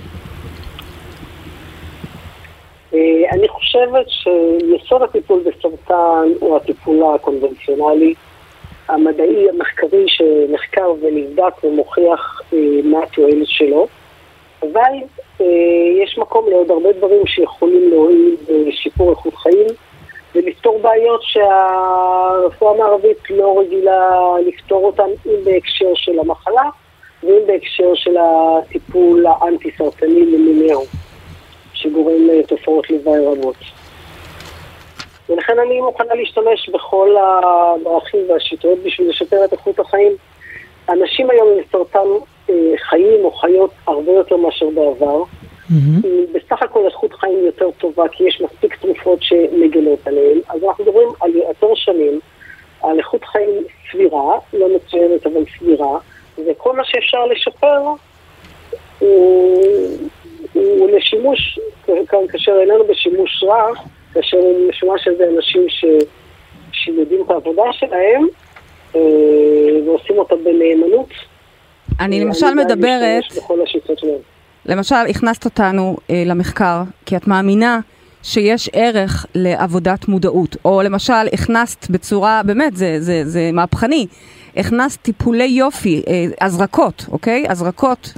אני חושבת שיסוד הטיפול בסרטן הוא הטיפול הקונבנציונלי, המדעי, המחקרי שנחקר ונבדק ומוכיח מה התועלת שלו, אבל יש מקום לעוד הרבה דברים שיכולים להועיל בשיפור איכות חיים ולפתור בעיות שהרפואה המערבית לא רגילה לפתור אותן, אם בהקשר של המחלה ואם בהקשר של הטיפול האנטי-סרטני למיניהו שגורם לתופעות לוואי רבות. ולכן אני מוכנה להשתמש בכל הדרכים והשיטות בשביל לשפר את איכות החיים. אנשים היום עם סרטן חיים או חיות הרבה יותר מאשר בעבר. בסך הכל איכות חיים יותר טובה, כי יש מספיק תרופות שמגנות עליהן. אז אנחנו מדברים על יותר שנים, על איכות חיים סבירה, לא מצוינת אבל סבירה, וכל מה שאפשר לשפר הוא לשימוש, כאשר איננו בשימוש רע, כאשר הוא משמש שזה אנשים שיודעים את העבודה שלהם ועושים אותה בנאמנות. אני למשל מדברת, למשל הכנסת אותנו למחקר, כי את מאמינה שיש ערך לעבודת מודעות, או למשל הכנסת בצורה, באמת זה מהפכני, הכנסת טיפולי יופי, הזרקות, אוקיי? הזרקות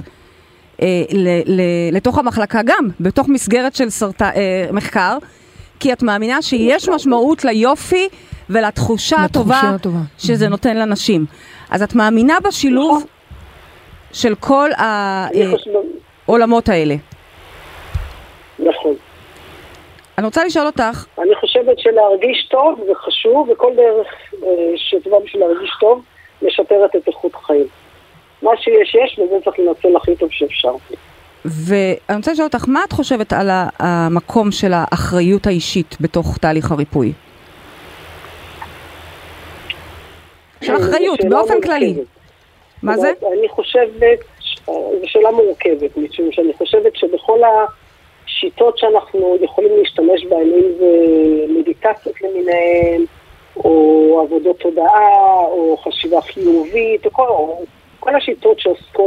לתוך המחלקה גם, בתוך מסגרת של מחקר, כי את מאמינה שיש משמעות ליופי ולתחושה הטובה שזה נותן לנשים. אז את מאמינה בשילוב של כל העולמות האלה. נכון. אני רוצה לשאול אותך. אני חושבת שלהרגיש טוב זה חשוב, וכל דרך שטובה בשביל להרגיש טוב, משפרת את איכות חיים. מה שיש, וזה צריך לנצל הכי טוב שאפשר. ואני רוצה לשאול אותך, מה את חושבת על המקום של האחריות האישית בתוך תהליך הריפוי? של אחריות, באופן כללי. מה זה? אני חושבת, זו שאלה מורכבת, משום שאני חושבת שבכל השיטות שאנחנו יכולים להשתמש בהן, אם זה מדיטציות למיניהן, או עבודות תודעה, או חשיבה חיובית, או כל השיטות שעוסקות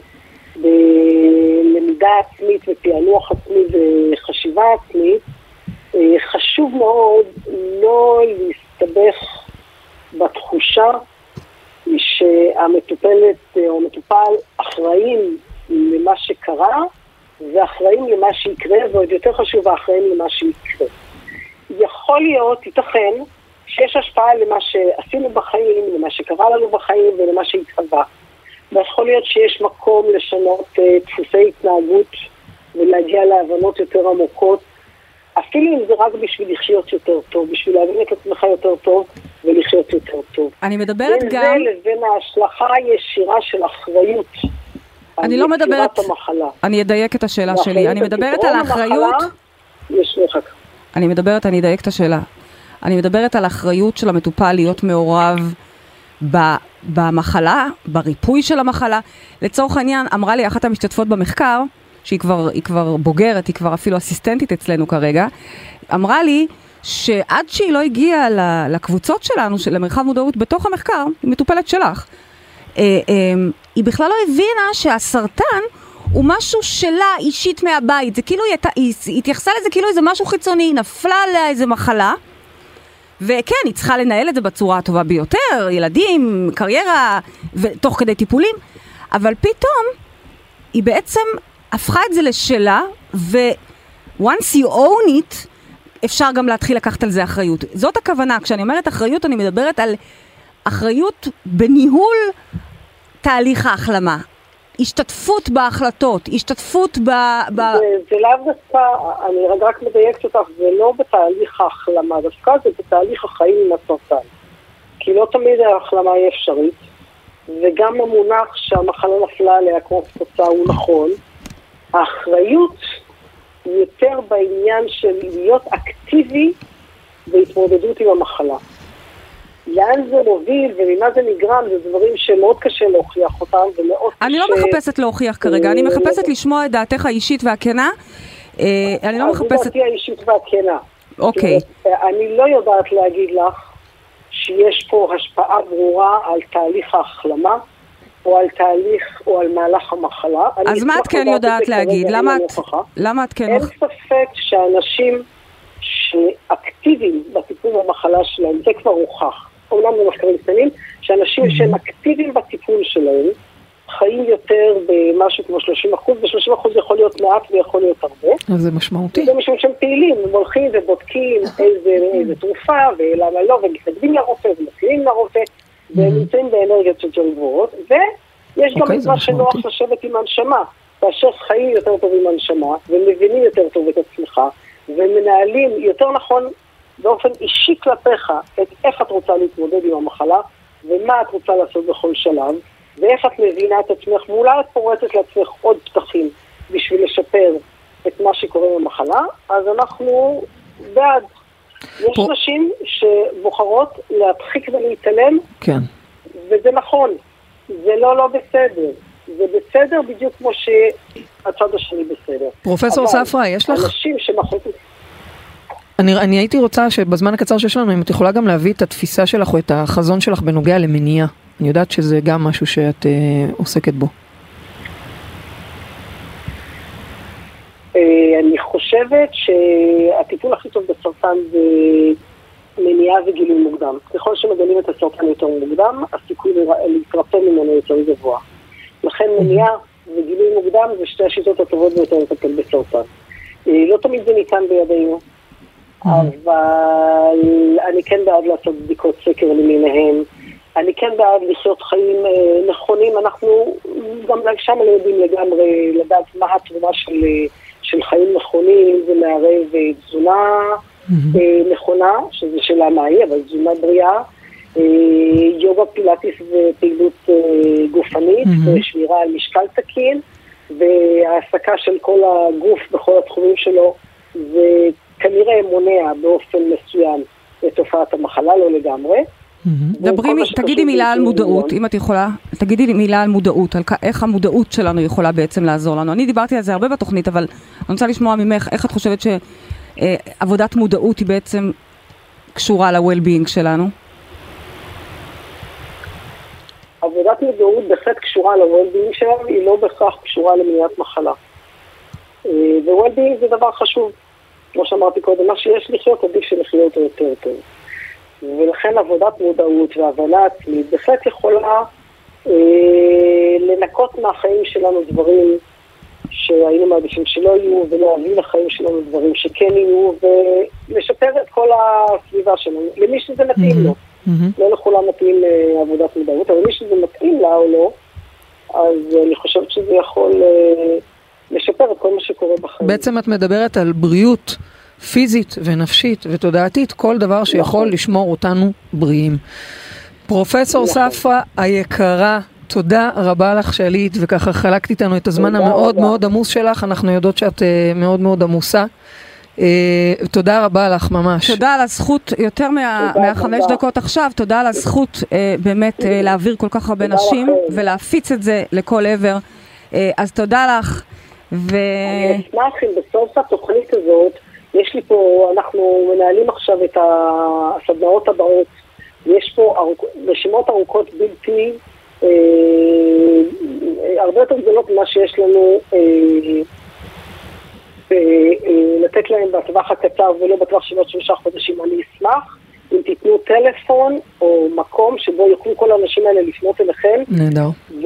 בלמידה עצמית ופענוח עצמי וחשיבה עצמית, חשוב מאוד לא להסתבך בתחושה שהמטופלת או מטופל אחראים למה שקרה ואחראים למה שיקרה, ועוד יותר חשוב האחראים למה שיקרה. יכול להיות, ייתכן, שיש השפעה למה שעשינו בחיים, למה שקרה לנו בחיים ולמה שהתהווה. ויכול להיות שיש מקום לשנות דפוסי התנהגות ולהגיע להבנות יותר עמוקות, אפילו אם זה רק בשביל לחיות יותר טוב, בשביל להבין את עצמך יותר טוב ולחיות יותר טוב. אני מדברת גם... בין זה לבין ההשלכה הישירה של אחריות. אני לא מדברת... אני אדייק את השאלה שלי. אני מדברת על האחריות... אני אדייק את השאלה. אני מדברת על האחריות של המטופל להיות מעורב במחלה, בריפוי של המחלה. לצורך העניין, אמרה לי אחת המשתתפות במחקר, שהיא כבר בוגרת, היא כבר אפילו אסיסטנטית אצלנו כרגע, אמרה לי שעד שהיא לא הגיעה לקבוצות שלנו, למרחב מודעות בתוך המחקר, היא מטופלת שלך, היא בכלל לא הבינה שהסרטן הוא משהו שלה אישית מהבית. זה כאילו היא התייחסה לזה כאילו איזה משהו חיצוני, נפלה עליה איזה מחלה, וכן, היא צריכה לנהל את זה בצורה הטובה ביותר, ילדים, קריירה, ותוך כדי טיפולים, אבל פתאום היא בעצם הפכה את זה לשלה, ו-once you own it, אפשר גם להתחיל לקחת על זה אחריות. זאת הכוונה. כשאני אומרת אחריות, אני מדברת על אחריות בניהול תהליך ההחלמה. השתתפות בהחלטות, השתתפות זה לאו דווקא, אני רק מדייקת אותך, זה לא בתהליך ההחלמה, דווקא זה בתהליך החיים עם הסרטן. כי לא תמיד ההחלמה היא אפשרית, וגם המונח שהמחלה נפלה עליה כמו פצצה הוא נכון. האחריות יותר בעניין של להיות אקטיבי בהתמודדות עם המחלה. לאן זה מוביל וממה זה נגרם, זה דברים שמאוד קשה להוכיח אותם, ומאוד אני קשה... לא מחפשת להוכיח כרגע, אני מחפשת לשמוע את דעתך האישית והכנה. אני לא מחפשת... אז דעתי האישית והכנה. אוקיי. אני לא יודעת להגיד לך שיש פה השפעה ברורה על תהליך ההחלמה, או על תהליך, או על מהלך המחלה. אז מה את כן יודעת להגיד? למה את כן... אין ספק שאנשים שאקטיביים בטיפול במחלה שלהם, זה כבר הוכח, אומנם במחקרים קטנים, שאנשים שהם אקטיביים בטיפול שלהם, חיים יותר במשהו כמו 30%, ו-30% יכול להיות מעט ויכול להיות הרבה. אז זה משמעותי. זה משום שהם פעילים, הם הולכים ובודקים איזה תרופה, ולמה לא, ומתנגדים לרופא, ומתחילים לרופא, והם נמצאים באנרגיות יותר גבוהות, ויש גם את מה שנוח לשבת עם הנשמה, כאשר חיים יותר טוב עם הנשמה, ומבינים יותר טוב את עצמך, ומנהלים יותר נכון באופן אישי כלפיך את איך את רוצה להתמודד עם המחלה, ומה את רוצה לעשות בכל שלב, ואיך את מבינה את עצמך, ואולי את פורצת לעצמך עוד פתחים בשביל לשפר את מה שקורה במחלה, אז אנחנו בעד. יש נשים שבוחרות להדחיק ולהתעלם, כן. וזה נכון, זה לא בסדר. זה בסדר בדיוק כמו שהצד השני בסדר. פרופסור ספרא, יש לך... אנשים שמחליטים... אני הייתי רוצה שבזמן הקצר שיש לנו, אם את יכולה גם להביא את התפיסה שלך או את החזון שלך בנוגע למניעה. אני יודעת שזה גם משהו שאת עוסקת בו. אני חושבת שהטיפול הכי טוב בסרטן זה מניעה וגילוי מוקדם. ככל שמגלים את הסרטן יותר מוקדם, הסיכוי להתרפא ממנו יותר גבוה. לכן מניעה וגילוי מוקדם זה שתי השיטות הטובות ביותר לטפל בסרטן. לא תמיד זה ניתן בידינו, אבל אני כן בעד לעשות בדיקות סקר למיניהם. אני כן בעד לחיות חיים נכונים. אנחנו גם שם לא יודעים לגמרי לדעת מה התרומה של חיים נכונים, זה מערב תזונה נכונה, שזה שאלה מהי, אבל תזונה בריאה, יוגה, פילאטיס ופעילות גופנית, ושמירה על משקל תקין, והעסקה של כל הגוף בכל התחומים שלו, זה כנראה מונע באופן מסוים את תופעת המחלה, לא לגמרי. תגידי מילה על מודעות, אם את יכולה, תגידי לי מילה על מודעות, על איך המודעות שלנו יכולה בעצם לעזור לנו. אני דיברתי על זה הרבה בתוכנית, אבל אני רוצה לשמוע ממך, איך את חושבת שעבודת מודעות היא בעצם קשורה ל-well-being שלנו? עבודת מודעות בהחלט קשורה ל-well-being שלנו, היא לא בהכרח קשורה למניעת מחלה. ו-well-being זה דבר חשוב. כמו שאמרתי קודם, מה שיש לחיות, עדיף שלחיות יותר טוב. ולכן עבודת מודעות והבנה עצמית בהחלט יכולה לנקות מהחיים שלנו דברים שהיינו מעדיפים שלא יהיו, ולהביא לחיים שלנו דברים שכן יהיו, ולשפר את כל הסביבה שלנו. למי שזה מתאים לו. לא לכולם מתאים עבודת מודעות, אבל מי שזה מתאים לה או לא, אז אני חושבת שזה יכול לשפר את כל מה שקורה בחיים. בעצם את מדברת על בריאות פיזית ונפשית ותודעתית, כל דבר שיכול לשמור אותנו בריאים. פרופסור ספרא היקרה, תודה רבה לך שעלית וככה חלקת איתנו את הזמן המאוד מאוד עמוס שלך, אנחנו יודעות שאת מאוד מאוד עמוסה. תודה רבה לך ממש. תודה על הזכות, יותר מה5 דקות עכשיו, תודה על הזכות באמת להעביר כל כך הרבה נשים ולהפיץ את זה לכל עבר. אז תודה לך. אני אשמח אם בסוף התוכנית הזאת, יש לי פה, אנחנו מנהלים עכשיו את הסדנאות הבאות, יש פה רשימות ארוכות בלתי, הרבה יותר גדולות ממה שיש לנו לתת להם בטווח הקצר ולא בטווח של עוד 3 חודשים. אני אשמח אם תיתנו טלפון או מקום שבו יוכלו כל האנשים האלה לפנות אליכם. נהדר.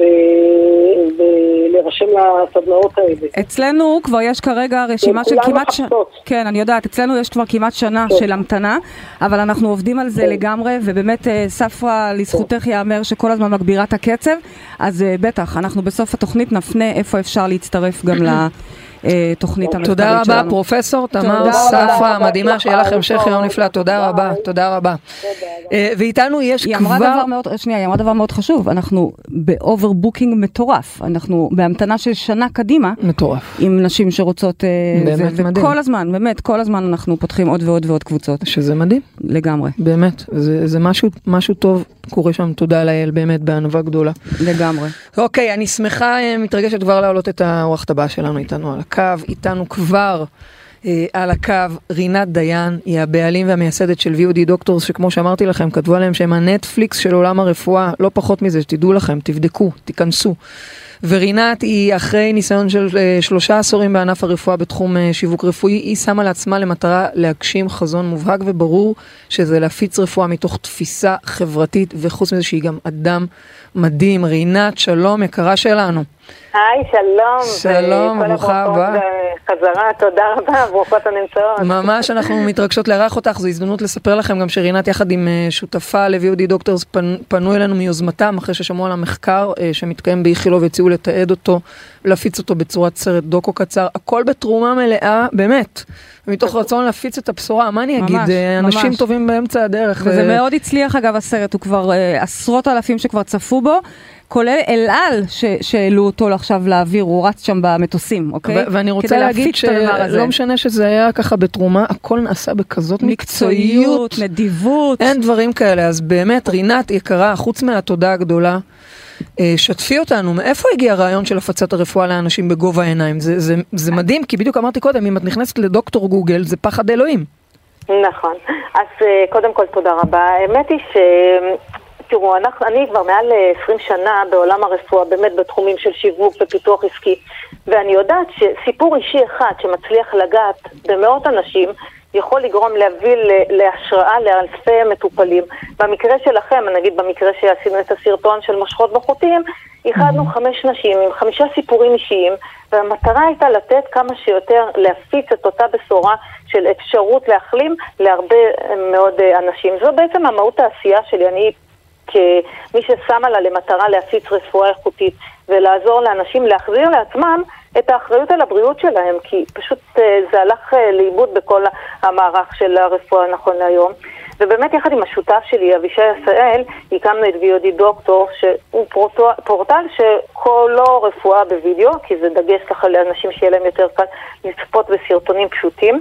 ולרשם לסדנאות האלה. אצלנו כבר יש כרגע רשימה של כמעט כן, אני יודעת, אצלנו יש כבר כמעט שנה של המתנה, אבל אנחנו עובדים על זה לגמרי, ובאמת ספרא לזכותך יאמר שכל הזמן מגבירה את הקצב, אז בטח, אנחנו בסוף התוכנית נפנה איפה אפשר להצטרף גם תוכנית המחקרית שלנו. תודה רבה פרופסור תמר ספרא, מדהימה, שיהיה לכם המשך יום נפלא, תודה רבה. ואיתנו יש היא כבר... היא אמרה דבר מאוד חשוב, אנחנו באוברבוקינג מטורף, אנחנו בהמתנה של שנה קדימה, מטורף. עם נשים שרוצות, באמת מדהים. וכל הזמן, באמת, כל הזמן אנחנו פותחים עוד ועוד ועוד קבוצות. שזה מדהים. לגמרי. באמת, זה משהו טוב, קורה שם, תודה לאל, באמת, בענווה גדולה. לגמרי. אוקיי, אני שמחה, מתרגשת כבר להעלות את האורחת הבאה שלנו איתנו על הקו, איתנו כבר על הקו רינת דיין, היא הבעלים והמייסדת של VOD דוקטורס, שכמו שאמרתי לכם, כתבו עליהם שהם הנטפליקס של עולם הרפואה, לא פחות מזה, שתדעו לכם, תבדקו, תיכנסו. ורינת היא אחרי ניסיון של 3 עשורים בענף הרפואה בתחום שיווק רפואי, היא שמה לעצמה למטרה להגשים חזון מובהק וברור, שזה להפיץ רפואה מתוך תפיסה חברתית, וחוץ מזה שהיא גם אדם מדהים. רינת, שלום, יקרה שלנו. היי, שלום. שלום, ברוכה הבאה. חזרה, תודה רבה, ברוכות הנמצאות. ממש אנחנו מתרגשות לארח אותך, זו הזדמנות לספר לכם גם שרינת יחד עם שותפה ל-VOD דוקטורס פנו אלינו מיוזמתם, אחרי ששמעו על המחקר שמתקיים באיכילוב, והציעו לתעד אותו, להפיץ אותו בצורת סרט דוקו קצר, הכל בתרומה מלאה, באמת. ומתוך רצון להפיץ את הבשורה, מה אני אגיד? אנשים טובים באמצע הדרך. וזה מאוד הצליח אגב הסרט, הוא כבר עשרות אלפים שכבר צפו בו, כולל אלעל שהעלו אותו עכשיו לאוויר, הוא רץ שם במטוסים, אוקיי? ואני רוצה להגיד שלא משנה שזה היה ככה בתרומה, הכל נעשה בכזאת מקצועיות, נדיבות. אין דברים כאלה, אז באמת רינת יקרה, חוץ מהתודה הגדולה, שתפי אותנו, מאיפה הגיע הרעיון של הפצת הרפואה לאנשים בגובה העיניים? זה מדהים, כי בדיוק אמרתי קודם, אם את נכנסת לדוקטור גוגל, זה פחד אלוהים. נכון, אז קודם כל תודה רבה. האמת היא תראו, אני כבר מעל 20 שנה בעולם הרפואה, באמת בתחומים של שיווק ופיתוח עסקי, ואני יודעת שסיפור אישי אחד שמצליח לגעת במאות אנשים, יכול לגרום להביא להשראה לאלפי מטופלים. במקרה שלכם, נגיד במקרה שעשינו את הסרטון של מושכות בחוטים, איחדנו 5 נשים עם 5 סיפורים אישיים, והמטרה הייתה לתת כמה שיותר להפיץ את אותה בשורה של אפשרות להחלים להרבה מאוד אנשים. זו בעצם המהות העשייה שלי. אני כמי ששמה לה למטרה להפיץ רפואה איכותית ולעזור לאנשים להחזיר לעצמם את האחריות על הבריאות שלהם, כי פשוט זה הלך לאיבוד בכל המערך של הרפואה נכון להיום. ובאמת יחד עם השותף שלי, אבישי עשאל, הקמנו את VOD דוקטור, שהוא פורטל שכולו רפואה בווידאו, כי זה דגש ככה לאנשים שיהיה להם יותר קל לצפות בסרטונים פשוטים.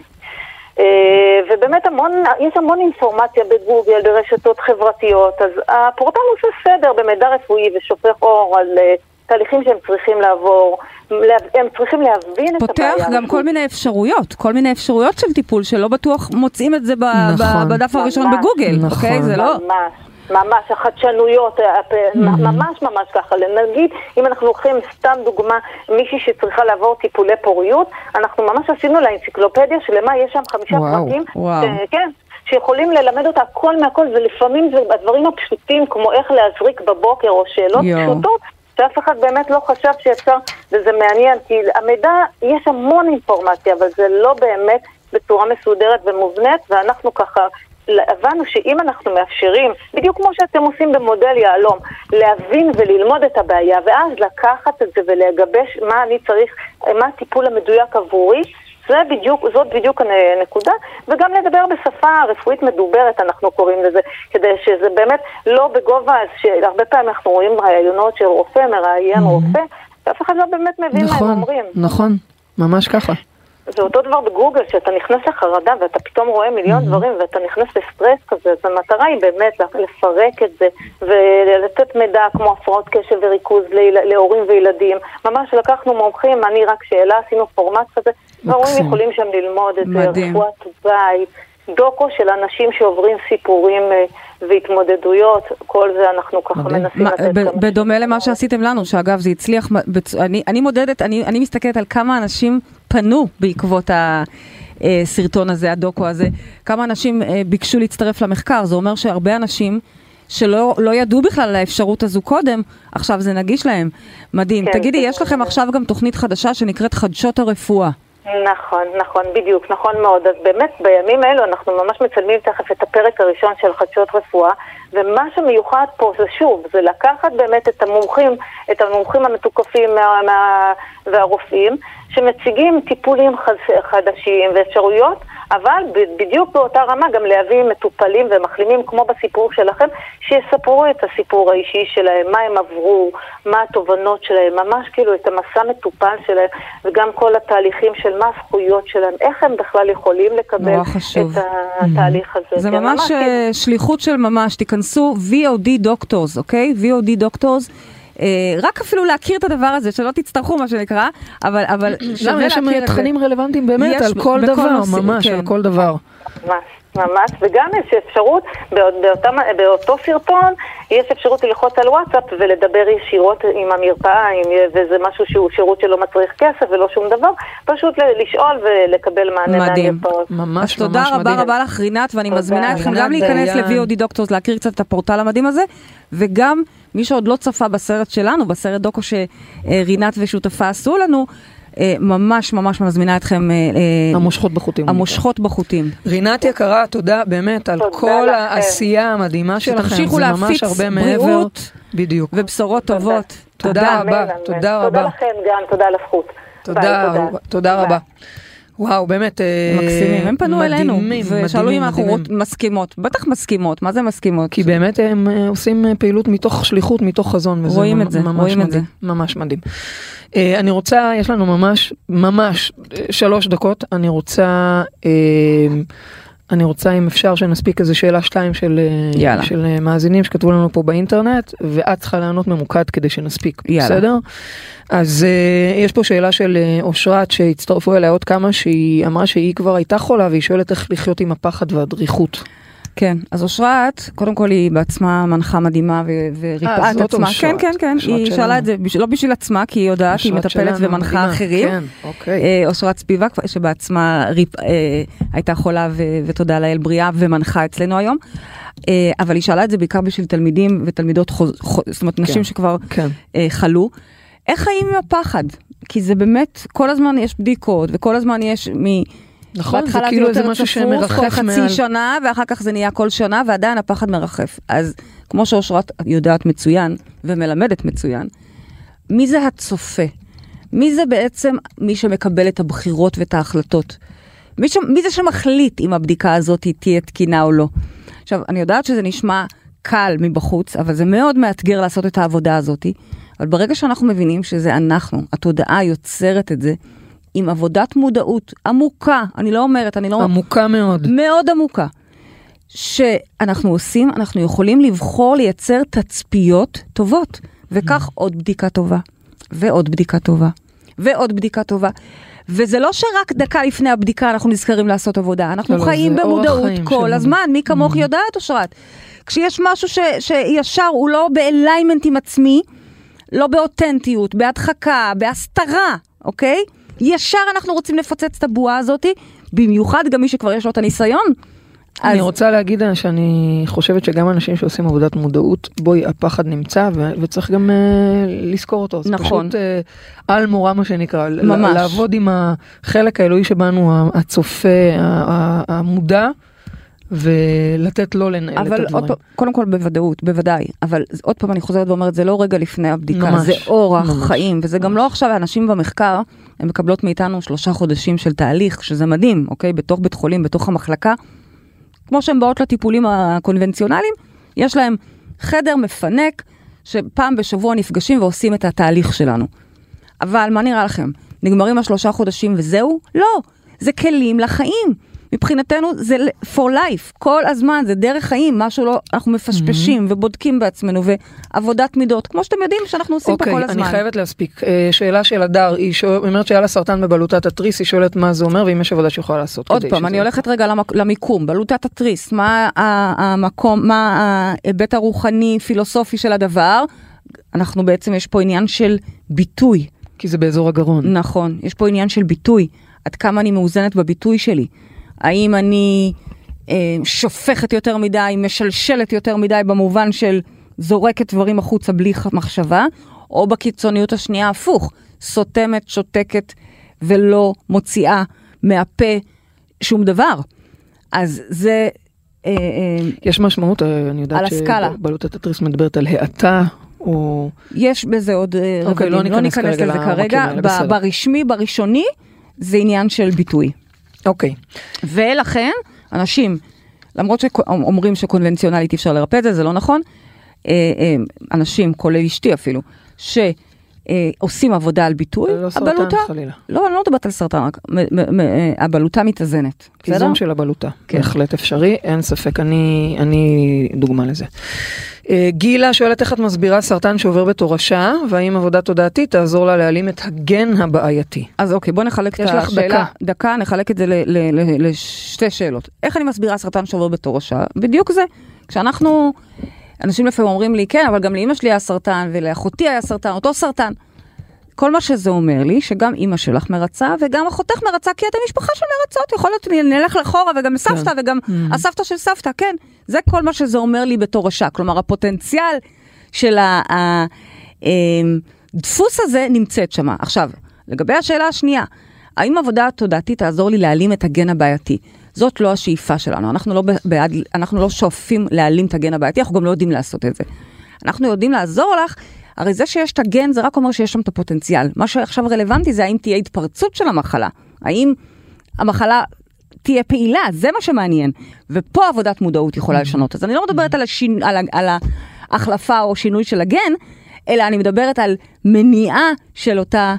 ובאמת יש המון אינפורמציה בגוגל, ברשתות חברתיות, אז הפורטל עושה סדר במידע רפואי ושופך אור על תהליכים שהם צריכים לעבור, הם צריכים להבין את הבעיה. פותח גם כל מיני אפשרויות של טיפול, שלא בטוח מוצאים את זה בדף הראשון בגוגל, אוקיי? זה לא... ממש, החדשנויות, ממש ככה. נגיד, אם אנחנו לוקחים סתם דוגמה, מישהי שצריכה לעבור טיפולי פוריות, אנחנו ממש עשינו לאנציקלופדיה שלמה, יש שם 5 פרקים, כן, שיכולים ללמד אותה הכל מהכל, ולפעמים זה הדברים הפשוטים, כמו איך להזריק בבוקר, או שאלות פשוטות, שאף אחד באמת לא חשב שאפשר, וזה מעניין, כי המידע, יש המון אינפורמציה, אבל זה לא באמת בצורה מסודרת ומובנית, ואנחנו ככה הבנו שאם אנחנו מאפשרים, בדיוק כמו שאתם עושים במודל יעלום, להבין וללמוד את הבעיה, ואז לקחת את זה ולגבש מה אני צריך, מה הטיפול המדויק עבורי, זאת בדיוק הנקודה, וגם לדבר בשפה רפואית מדוברת, אנחנו קוראים לזה, כדי שזה באמת לא בגובה, שהרבה פעמים אנחנו רואים רעיונות של רופא, מראיין רופא, ואף אחד לא באמת מבין מה הם אומרים. נכון, ממש ככה. זה אותו דבר בגוגל, שאתה נכנס לחרדה ואתה פתאום רואה מיליון דברים ואתה נכנס לסטרס כזה, אז המטרה היא באמת לפרק את זה ולתת מידע כמו הפרעות קשב וריכוז להורים וילדים. ממש לקחנו מומחים, אני רק שאלה, עשינו פורמט כזה, והורים יכולים שם ללמוד את רפואת בית, דוקו של אנשים שעוברים סיפורים והתמודדויות, כל זה אנחנו ככה מנסים לתת. בדומה למה שעשיתם לנו, שאגב זה הצליח, אני מודדת, אני מסתכלת על כמה אנשים פנו בעקבות הסרטון הזה, הדוקו הזה, כמה אנשים ביקשו להצטרף למחקר, זה אומר שהרבה אנשים שלא ידעו בכלל על האפשרות הזו קודם, עכשיו זה נגיש להם. מדהים. תגידי, יש לכם עכשיו גם תוכנית חדשה שנקראת חדשות הרפואה. נכון, בדיוק, נכון מאוד. אז באמת בימים האלו אנחנו ממש מצלמים תכף את הפרק הראשון של חדשות רפואה, ומה שמיוחד פה זה שוב, זה לקחת באמת את המומחים המתוקפים והרופאים, שמציגים טיפולים חדשים ואפשרויות, אבל בדיוק באותה רמה גם להביא מטופלים ומחלימים כמו בסיפור שלכם, שיספרו את הסיפור האישי שלהם, מה הם עברו, מה התובנות שלהם, ממש כאילו את המסע מטופל שלהם, וגם כל התהליכים של מה הזכויות שלהם, איך הם בכלל יכולים לקבל את התהליך הזה. זה ממש שליחות של ממש, תיכנסו VOD Doctors, אוקיי? VOD Doctors, רק אפילו להכיר את הדבר הזה, שלא תצטרכו מה שנקרא, אבל שווה להכיר את זה. יש שם תכנים רלוונטיים באמת על כל דבר, ממש על כל דבר. ממש, וגם יש אפשרות, באותו סרטון, יש אפשרות ללחוץ על וואטסאפ ולדבר ישירות עם המרפאה, וזה משהו שהוא שירות שלא מצריך כסף ולא שום דבר, פשוט לשאול ולקבל מענה מהמרפאות. ממש, תודה רבה רבה לך רינת, ואני מזמינה אתכם גם להיכנס ל-VOD Doctors, להכיר קצת את הפורטל המדהים הזה, וגם מי שעוד לא צפה בסרט שלנו, בסרט דוקו שרינת ושותפה עשו לנו, ממש ממש מזמינה אתכם המושכות בחוטים. המושכות בחוטים. רינת יקרה, תודה באמת על כל העשייה המדהימה שלכם. שתמשיכו להפיץ בריאות ובשורות טובות. תודה רבה. תודה רבה. תודה לכם גם, תודה על הזכות. תודה רבה. וואו, באמת מקסימים, הם פנו אלינו ושאלו אם אנחנו מסכימות, בטח מסכימות, מה זה מסכימות? כי באמת הם עושים פעילות מתוך שליחות, מתוך חזון, וזה ממש מדהים, ממש מדהים. אני רוצה, יש לנו ממש 3 דקות, אני רוצה אם אפשר שנספיק איזה שאלה 2 של מאזינים שכתבו לנו פה באינטרנט, ואת צריכה לענות ממוקד כדי שנספיק, בסדר? אז יש פה שאלה של אושרת שהצטרפו אליה עוד כמה, שהיא אמרה שהיא כבר הייתה חולה, והיא שואלת איך לחיות עם הפחד והדריכות. כן, אז אושרת, קודם כל היא בעצמה מנחה מדהימה וריפאה את עצמה. כן, כן, כן, היא שאלה את זה, לא בשביל עצמה, כי היא יודעת, היא מטפלת ומנחה אחרים. אושרת ספיבק, שבעצמה הייתה חולה ותודה לאל בריאה ומנחה אצלנו היום. אבל היא שאלה את זה בעיקר בשביל תלמידים ותלמידות, זאת אומרת, נשים שכבר חלו. איך חיים עם הפחד? כי זה באמת, כל הזמן יש בדיקות, וכל הזמן יש נכון, זה כאילו איזה משהו שמרחף חצי שנה, ואחר כך זה נהיה כל שנה, ועדיין הפחד מרחף. אז כמו שאושרת יודעת מצוין, ומלמדת מצוין, מי זה הצופה? מי זה בעצם מי שמקבל את הבחירות ואת ההחלטות? מי זה שמחליט אם הבדיקה הזאת תהיה תקינה או לא? עכשיו, אני יודעת שזה נשמע קל מבחוץ, אבל זה מאוד מאתגר לעשות את העבודה הזאת, אבל ברגע שאנחנו מבינים שזה אנחנו, התודעה יוצרת את זה, עם עבודת מודעות עמוקה, אני לא אומרת, עמוקה מאוד. מאוד עמוקה. שאנחנו עושים, אנחנו יכולים לבחור לייצר תצפיות טובות, וכך עוד בדיקה טובה, ועוד בדיקה טובה, ועוד בדיקה טובה. וזה לא שרק דקה לפני הבדיקה אנחנו נזכרים לעשות עבודה, אנחנו חיים במודעות כל הזמן, מי כמוך יודעת אושרת. כשיש משהו שישר הוא לא באליימנט עם עצמי, לא באותנטיות, בהדחקה, בהסתרה, אוקיי? ישר אנחנו רוצים לפוצץ את הבועה הזאת, במיוחד גם מי שכבר יש לו את הניסיון. אני רוצה להגיד שאני חושבת שגם אנשים שעושים עבודת מודעות, בואי, הפחד נמצא וצריך גם לזכור אותו. נכון. זה פשוט על מורה מה שנקרא. ממש. לעבוד עם החלק האלוהי שבנו, הצופה, המודע, ולתת לו לנהל את הדברים. אבל קודם כל בוודאות, בוודאי, אבל עוד פעם אני חוזרת ואומרת, זה לא רגע לפני הבדיקה, ממש, זה אורח ממש. חיים, וזה גם לא עכשיו, האנשים במחקר, הם מקבלות מאיתנו 3 חודשים של תהליך, שזה מדהים, אוקיי? בתוך בית חולים, בתוך המחלקה, כמו שהן באות לטיפולים הקונבנציונליים, יש להם חדר מפנק, שפעם בשבוע נפגשים ועושים את התהליך שלנו. אבל מה נראה לכם? נגמרים 3 חודשים וזהו? לא, זה כלים לחיים. מבחינתנו זה for life, כל הזמן, זה דרך חיים, משהו לא, אנחנו מפשפשים ובודקים בעצמנו, ועבודת מידות, כמו שאתם יודעים שאנחנו עושים פה כל הזמן. אני חייבת להספיק. שאלה של הדר, היא אומרת שהיה לה סרטן בבלוטת התריס, היא שואלת מה זה אומר, ואם יש עבודה שיכולה לעשות. עוד פעם, אני הולכת רגע למיקום, בלוטת התריס, מה המקום, מה ההיבט הרוחני, פילוסופי של הדבר, אנחנו בעצם, יש פה עניין של ביטוי. כי זה באזור הגרון. נכון, יש פה עניין של ביטוי, עד כמה אני מאוזנת בביטוי שלי. האם אני שופכת יותר מדי, משלשלת יותר מדי במובן של זורקת דברים החוצה בלי מחשבה, או בקיצוניות השנייה הפוך, סותמת, שותקת ולא מוציאה מהפה שום דבר. אז זה יש משמעות, אני יודעת שבלוטת התריס מדברת על האטה, או... יש בזה עוד רבדים, לא ניכנס לזה כרגע. ברשמי, בראשוני, זה עניין של ביטוי. אוקיי. ולכן, אנשים, למרות שאומרים שקונבנציונלית אי אפשר לרפא את זה, זה לא נכון, אנשים, כולל אשתי אפילו, שעושים עבודה על ביטוי, לא סרטן חלילה. לא, אני לא מדברת על סרטן, רק הבלוטה מתאזנת. איזון של הבלוטה, בהחלט אפשרי, אין ספק, אני דוגמה לזה. גילה שואלת איך את מסבירה סרטן שעובר בתורשה, והאם עבודה תודעתית תעזור לה להעלים את הגן הבעייתי. אז אוקיי, בוא נחלק את השאלה. דקה, נחלק את זה לשתי שאלות. איך אני מסבירה סרטן שעובר בתורשה? בדיוק זה. כשאנחנו, אנשים לפעמים אומרים לי, כן, אבל גם לאמא שלי היה סרטן, ולאחותי היה סרטן, אותו סרטן. כל מה שזה אומר לי, שגם אמא שלך מרצה, וגם אחותך מרצה, כי אתם משפחה של מרצות, יכול להיות, נלך לחורה, וגם סבתא, וגם הסבתא של סבתא, כן. זה כל מה שזה אומר לי בתורשה. כלומר, הפוטנציאל של הדפוס הזה נמצאת שמה. עכשיו, לגבי השאלה השנייה, האם עבודה תודעתית תעזור לי להעלים את הגן הבעייתי? זאת לא השאיפה שלנו. אנחנו לא שואפים להעלים את הגן הבעייתי, אנחנו גם לא יודעים לעשות את זה. אנחנו יודעים לעזור לך, הרי זה שיש את הגן, זה רק אומר שיש שם את הפוטנציאל. מה שעכשיו רלוונטי זה האם תהיה התפרצות של המחלה. האם המחלה תהיה פעילה, זה מה שמעניין. ופה עבודת מודעות יכולה לשנות. אז אני לא מדברת על ההחלפה או שינוי של הגן, אלא אני מדברת על מניעה של אותה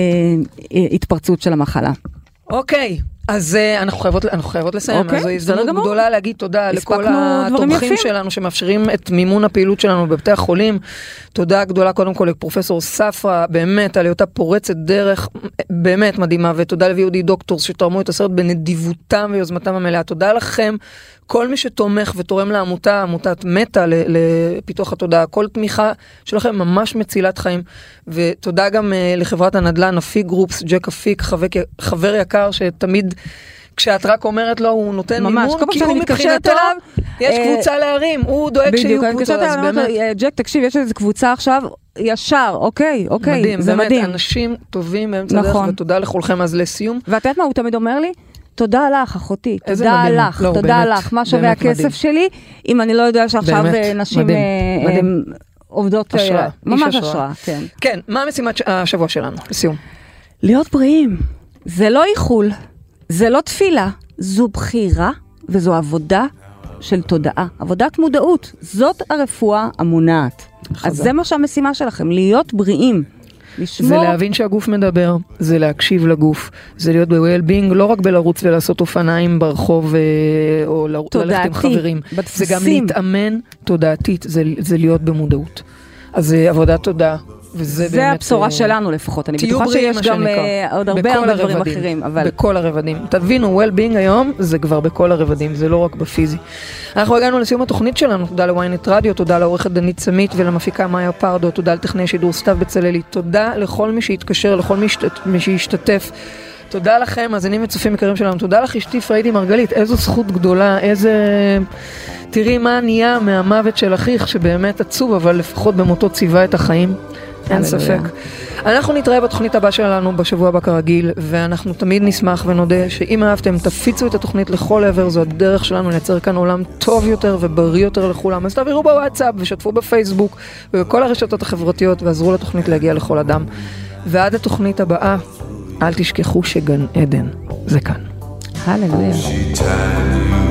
התפרצות של המחלה. אוקיי. אז אנחנו חייבות לסיים, אז זו הזדמנות גדולה להגיד תודה לכל התומכים שלנו שמאפשרים את מימון הפעילות שלנו בבתי החולים. תודה גדולה קודם כל לפרופסור ספרא, באמת על היותה פורצת דרך באמת מדהימה, ותודה לויהודי דוקטורס שתרמו את הסרט בנדיבותם ויוזמתם המלאה. תודה לכם, כל מי שתומך ותורם לעמותה, עמותת מטה לפיתוח התודעה, כל תמיכה שלכם ממש מצילת חיים. ותודה גם לחברת הנדל"ן אפיק גרופס, ג'ק אפיק, חבר יקר שתמיד כשאת רק אומרת לו הוא נותן מימון, כי הוא מבחינתו יש קבוצה להרים, הוא דואג שיהיו קבוצות, אז באמת. ג'ק, תקשיב, יש איזו קבוצה עכשיו ישר, אוקיי, מדהים, זה מדהים. באמת, אנשים טובים באמצע דרך, ותודה לכולכם. אז לסיום. ואת יודעת מה הוא תמיד אומר לי? תודה לך, אחותי, תודה לך, תודה לך, מה שווה הכסף שלי, אם אני לא יודע שעכשיו נשים עובדות, ממש השראה. כן, מה המשימת השבוע שלנו, לסיום? להיות בריאים, זה לא איחול, זה לא תפילה, זו בחירה וזו עבודה של תודעה, עבודת מודעות, זאת הרפואה המונעת. אז זה מה שהמשימה שלכם, להיות בריאים. זה להבין שהגוף מדבר, זה להקשיב לגוף, זה להיות ב-well-being, לא רק בלרוץ ולעשות אופניים ברחוב או ללכת עם חברים, זה גם להתאמן תודעתית, זה להיות במודעות. אז זה עבודת תודעה. זה הבשורה שלנו לפחות, אני בטוחה שיש גם עוד הרבה דברים אחרים. בכל הרבדים. תבינו, well-being היום זה כבר בכל הרבדים, זה לא רק בפיזי. אנחנו הגענו לסיום התוכנית שלנו, תודה לוויינט רדיו, תודה לעורכת דנית סמית ולמפיקה מאיה פרדו, תודה לטכנאי שידור סתיו בצללי, תודה לכל מי שהתקשר, לכל מי שהשתתף. תודה לכם, מאזינים וצופים יקרים שלנו, תודה לך אשתי פריידי מרגלית, איזו זכות גדולה, תראי מה נהיה מהמוות של אחיך, שבאמת עצוב, אבל לפחות במותו ציווה את החיים. אין ספק. אנחנו נתראה בתוכנית הבאה שלנו בשבוע הבא כרגיל, ואנחנו תמיד נשמח ונודה שאם אהבתם תפיצו את התוכנית לכל עבר, זו הדרך שלנו לייצר כאן עולם טוב יותר ובריא יותר לכולם. אז תעבירו בוואטסאפ ושתפו בפייסבוק ובכל הרשתות החברתיות ועזרו לתוכנית להגיע לכל אדם. ועד התוכנית הבאה, אל תשכחו שגן עדן זה כאן. הללויה.